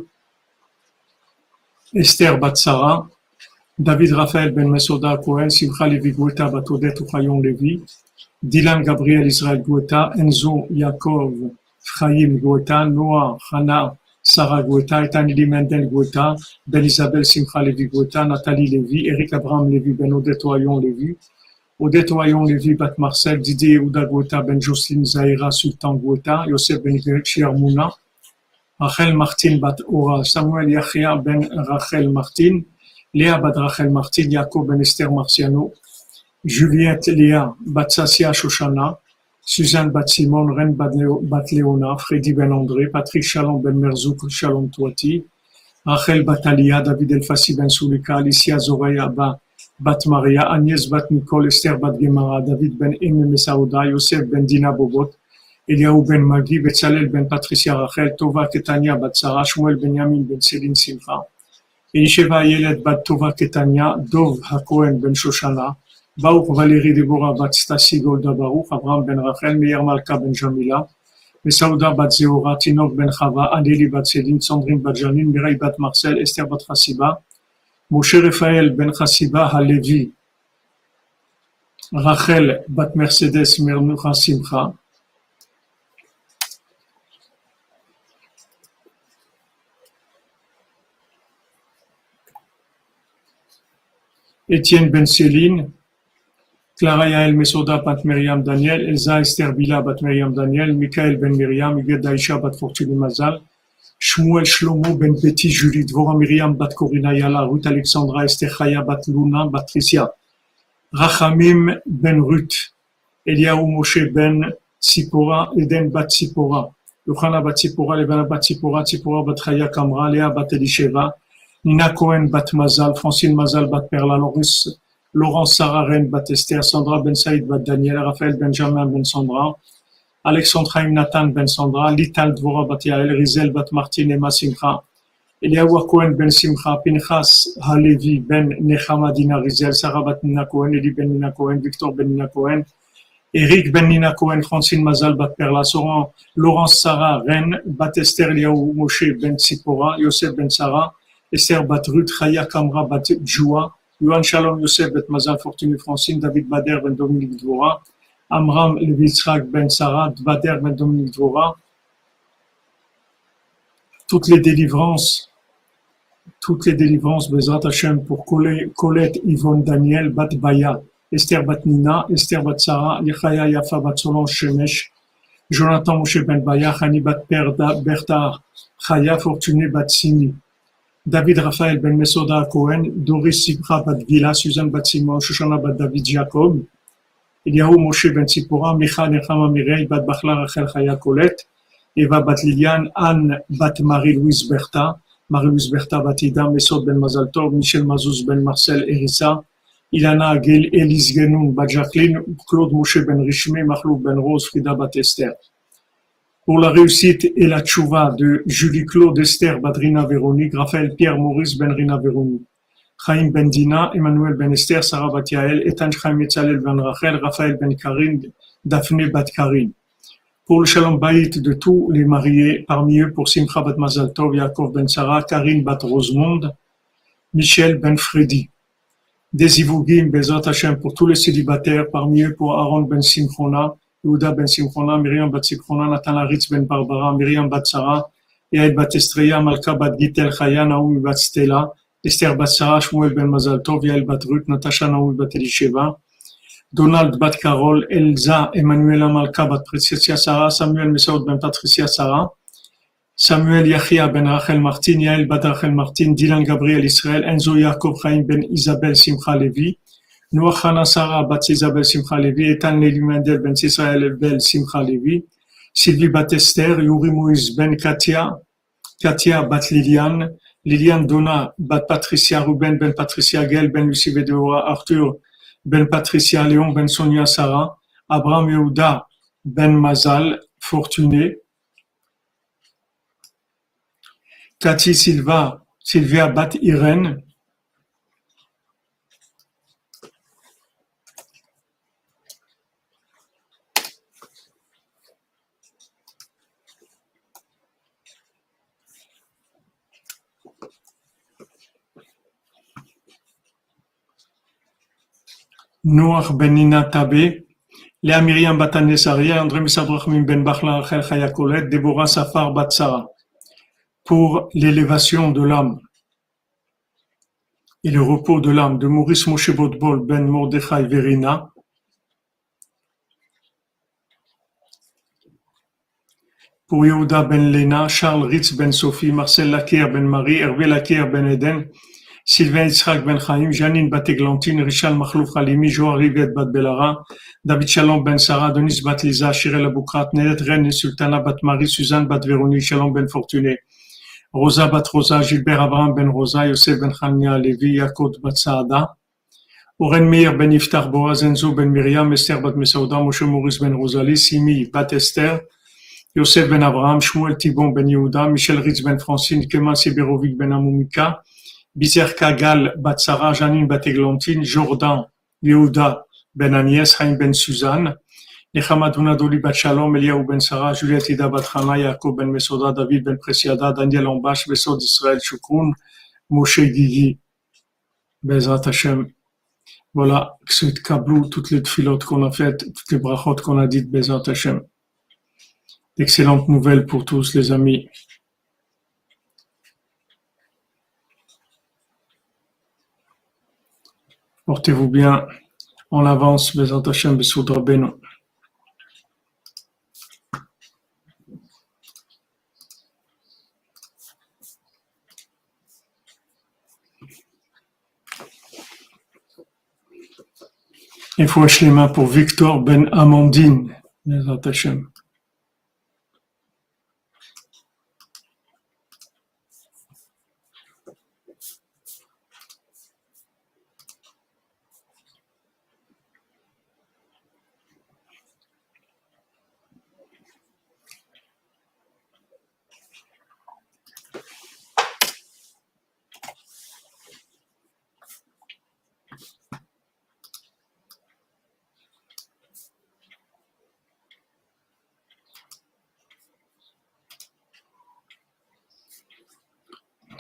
Esther Bat Sarah, David Raphaël Ben Mesoda Cohen, Simcha Levi Goueta Bat Odette Uchayon Levi, Dylan Gabriel Israël Goueta, Enzo Yaakov Chaim Goueta, Noah Hana Sarah Goueta, Etanili Mendel Goueta, Ben Isabelle Simcha Levi Goueta, Nathalie Lévy, Eric Abraham Lévy, Ben Odette Oyon Lévy, Odette Oyon Lévy, Bat Marcel, Didier Ouda Goueta, Ben Jocelyne Zahira Sultan Goueta, Yosef Ben Shirmouna, Rachel Martin Bat Ora, Samuel Yachia Ben Rachel Martin, Léa Bat Rachel Martin, Jacob Ben Esther Marciano, Juliette Léa Bat Sassia Shoshana, Suzanne Bat Simon, Ren Bat Léona, Freddy Ben André, Patrick Shalom Ben Merzouk, Shalom Touati, Rachel Bat Alia, David Elfassi Ben Soulika, Alicia Zoreya Bat Maria, Agnès Bat Nicole, Esther Bat Gemara, David Ben Emme Saouda, Yosef Ben Dina Bobot, Eliaou Ben Magi, Betzalel Ben Patricia Rachel, Tova Ketania Bat Sarah, Shmuel Benyamin Ben Céline Simcha, Elisheva Yelet Bat Tova Ketania, Dov Hakohen Ben Shoshana, Baruch Valérie Deborah Bat Stasi Golda Baruch, Abraham Ben Rachel, Meir Malka Ben Jamila, Saouda Bat Zeora, Tinok Ben Chava, Adélie Bat Céline, Sandrine Bat Janine, Mireille Bat Marcel, Esther Bat Chassiba, Moshe Raphaël Ben Chassiba Halevi, Rachel Bat Mercedes Mernucha Simcha, Étienne Ben Céline, Clara Yael Mesoda Bat Myriam Daniel, Elsa Esther Bila Bat Myriam Daniel, Michael Ben Myriam, Iged Daisha Bat Fortuné Mazal, Shmuel Shlomo Ben Betty Julie, Dvora Myriam Bat Corina Yala, Ruth Alexandra, Esther Chaya Bat Luna, Patricia, Rachamim Ben Ruth, Eliaou Moshe Ben Tzipora, Eden Bat Tzipora, Yochana Bat Tzipora, Levana Bat Tzipora, Tzipora Bat Chaya Kamra, Léa Bat Elisheva, Nina Cohen Bat Mazal, Francine Mazal Bat Perla, Loris, Laurence Sarah Ren Bat Esther, Sandra Ben Saïd Bat Daniel, Raphaël Benjamin Ben Sandra, Alexandre Chaim Nathan Ben Sandra, Lital Dvora Bat Yael, Rizel Bat Martin Emma Simcha, Eliaou Cohen Ben Simcha, Pinchas Halevi Ben Nechama Dina Rizel, Sarah Bat Nina Cohen, Eli Ben Nina Cohen, Victor Ben Nina Cohen, Eric Ben Nina Cohen, Francine Mazal Bat Perla, Laurence Sarah Rennes, Bat Esther Liaou Moshe Ben Tzipora, Yosef Ben Sarah, Esther Bat Ruth, Chaya Kamra Bat Joua, Yohan Shalom Yosef Bet Mazal Fortuné Francine, David Bader Ben Dominique Dvora, Amram Levitzrak Ben Sarah, Bader Ben Dominique Dvora, toutes les délivrances, toutes les délivrances, Bezrat Hashem, pour Colette Yvonne Daniel, Bat Baya, Esther Bat Nina, Esther Bat Sarah, Yechaya Yafa Bat Solange Shemesh, Jonathan Moshe Ben Baya, Hani Bat Perda, Berta, Chaya Fortuné Bat Simi, David Raphaël Ben Mesoda Cohen, Doris Sipra Bat Gila, Suzanne Bat Simon, Shoshana Bat David Jacob, Eliaou Moshe Ben Tzipora, Micha Nechama Mireille, Bat Bachla Rachel Chaya Colette, Eva Bat Liliane, Anne Bat Marie-Louise Bertha, Marie-Louise Bertha Bat Ida, Mesod Ben Mazal Tov, Michel Mazouz Ben Marcel Erissa, Ilana Gel Elise Genoun Bat Jacqueline, Claude Moshe Ben Richmé, Mahlouk Ben Rose, Frida Bat Esther. Pour la réussite et la tchouva de Julie Claude Esther Badrina Véronique, Raphaël Pierre Maurice Ben Rina Véronique, Chaim Ben Dina, Emmanuel Ben Esther, Sarah Bat Yael, Etan Chaim Metzalel Ben Rachel, Raphaël Ben Karin, Daphné Bat Karin. Pour le Shalom Bayit de tous les mariés, parmi eux pour Simcha Bat Mazal Tov, Yaakov Ben Sarah, Karine Bat Rosemonde, Michel Ben Freddy. Des Ivougim, Bezat Hashem pour tous les célibataires, parmi eux pour Aaron Ben Simchona, Yehuda Ben Simchona, Myriam Bat Simchona, Nathan Aritz Ben Barbara, Myriam Bat Sarah, Yael Bat Estreya, Malka Bat Gitel Chaya, Naomi Bat Stella, Esther Bat Sarah, Shmuel Ben Mazal Tov, Yael Bat Ruth, Natasha Naomi Bat Elisheva, Donald Bat Carol, Elza Emmanuela Malka Bat Patricia Sarah, Samuel Mesaoud Ben Patricia Sarah, Samuel Yachia Ben Rachel Martin, Yael Bat Rachel Martin, Dylan Gabriel Israël, Enzo Yaakov Chaim Ben Isabelle Simcha Levi, Noah Hana Sarah Bat Isabelle Simcha Levi, Etan Leli Mendel Ben Israël Ben Simcha Levi, Sylvie Bat Esther, Yuri Moïse Ben Katia, Katia Bat Liliane, Liliane Donna Bat Patricia Ruben Ben Patricia Gael Ben Lucie Vedora, Arthur Ben Patricia Léon Ben Sonia Sarah, Abraham Yehuda Ben Mazal Fortuné, Cathy Silva, Sylvia Bat Irène, Noach Ben Nina Tabé, Léa Myriam Bat Anesaria, André Misabrachmim Ben Bachla Rachel Chaya Colette, Déborah Safar Bat Sarah. Pour l'élévation de l'âme et le repos de l'âme de Maurice Moshe Botbol Ben Mordechai Verina, pour Yehuda Ben Lena, Charles Ritz Ben Sophie, Marcel Laker Ben Marie, Hervé Laker Ben Eden, Sylvain Yitzhak Ben Chaim, Janine Bat Eglantine, Richard Makhlouf Halimi, Joa Rivet Bat Belara, David Shalom Ben Sarah, Denis Bat Liza, Shirel Aboukrat, Nelet Ren Sultana Bat Marie, Suzanne Bat Véronique, Shalom Ben Fortuné, Rosa Bat Rosa, Gilbert Abraham Ben Rosa, Yosef Ben Chania Levi, Yaakov Bat Saada, Oren Meir Ben Iftar Boaz, Enzo Ben Miriam, Esther Bat Mesauda, Moshe Maurice Ben Rosalie, Simi Bat Esther, Yosef Ben Abraham, Shmuel Thibon Ben Yehuda, Michel Ritz Ben Francine, Kemal Siberovic Ben Amoumika, Bizer Kagal Bat Sarah, Janine Bat Eglantine, Jordan Yehuda Ben Agnès, Chaim Ben Suzanne, Nechama Doli Bat Shalom, Eliaou Ben Sarah, Juliette Ida Bat Chana, Yaakov Ben Mesoda, David Ben Presiada, Daniel Ambash, Besod Israël Shukroun, Moshe Gigi, Bezrat Hashem. Voilà, ce kablou, toutes les tfilotes qu'on a faites, toutes les brachot qu'on a dites, Bezrat Hashem. D'excellentes nouvelles pour tous les amis. Portez-vous bien. On avance, Bezrat Hashem, Besud Rabbeinu. Il faut acheter les mains pour Victor Ben Amandine, Bezrat Hashem.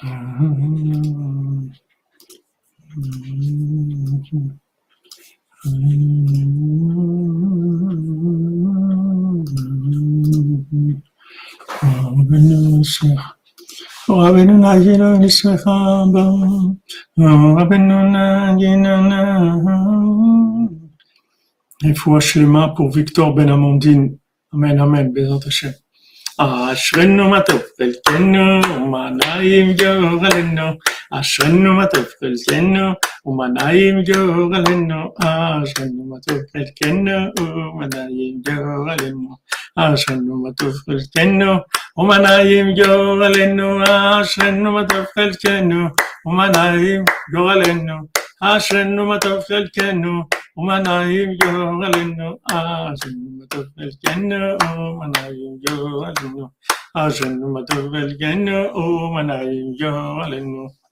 Rabbeinu Nagino Nismechaba, Rabbeinu Nagina. Il faut Shlema pour Victor Ben Amandine. Amen, Amen, Bezat Hashem. אשרנו מה טוב חלקנו ומה נעים גורלנו אשרנו מה טוב חלקנו ומה נעים גורלנו אשרנו מה טוב חלקנו ומה נעים גורלנו אשרנו מה טוב חלקנו ומה נעים גורלנו אשרנו מה טוב חלקנו ומה נעים גורלנו אשרנו מה טוב חלקנו ומה נעים גורלנו אשרנו מה טוב חלקנו ומה נעים גורלנו אשרנו מה טוב חלקנו ומה נעים גורלנו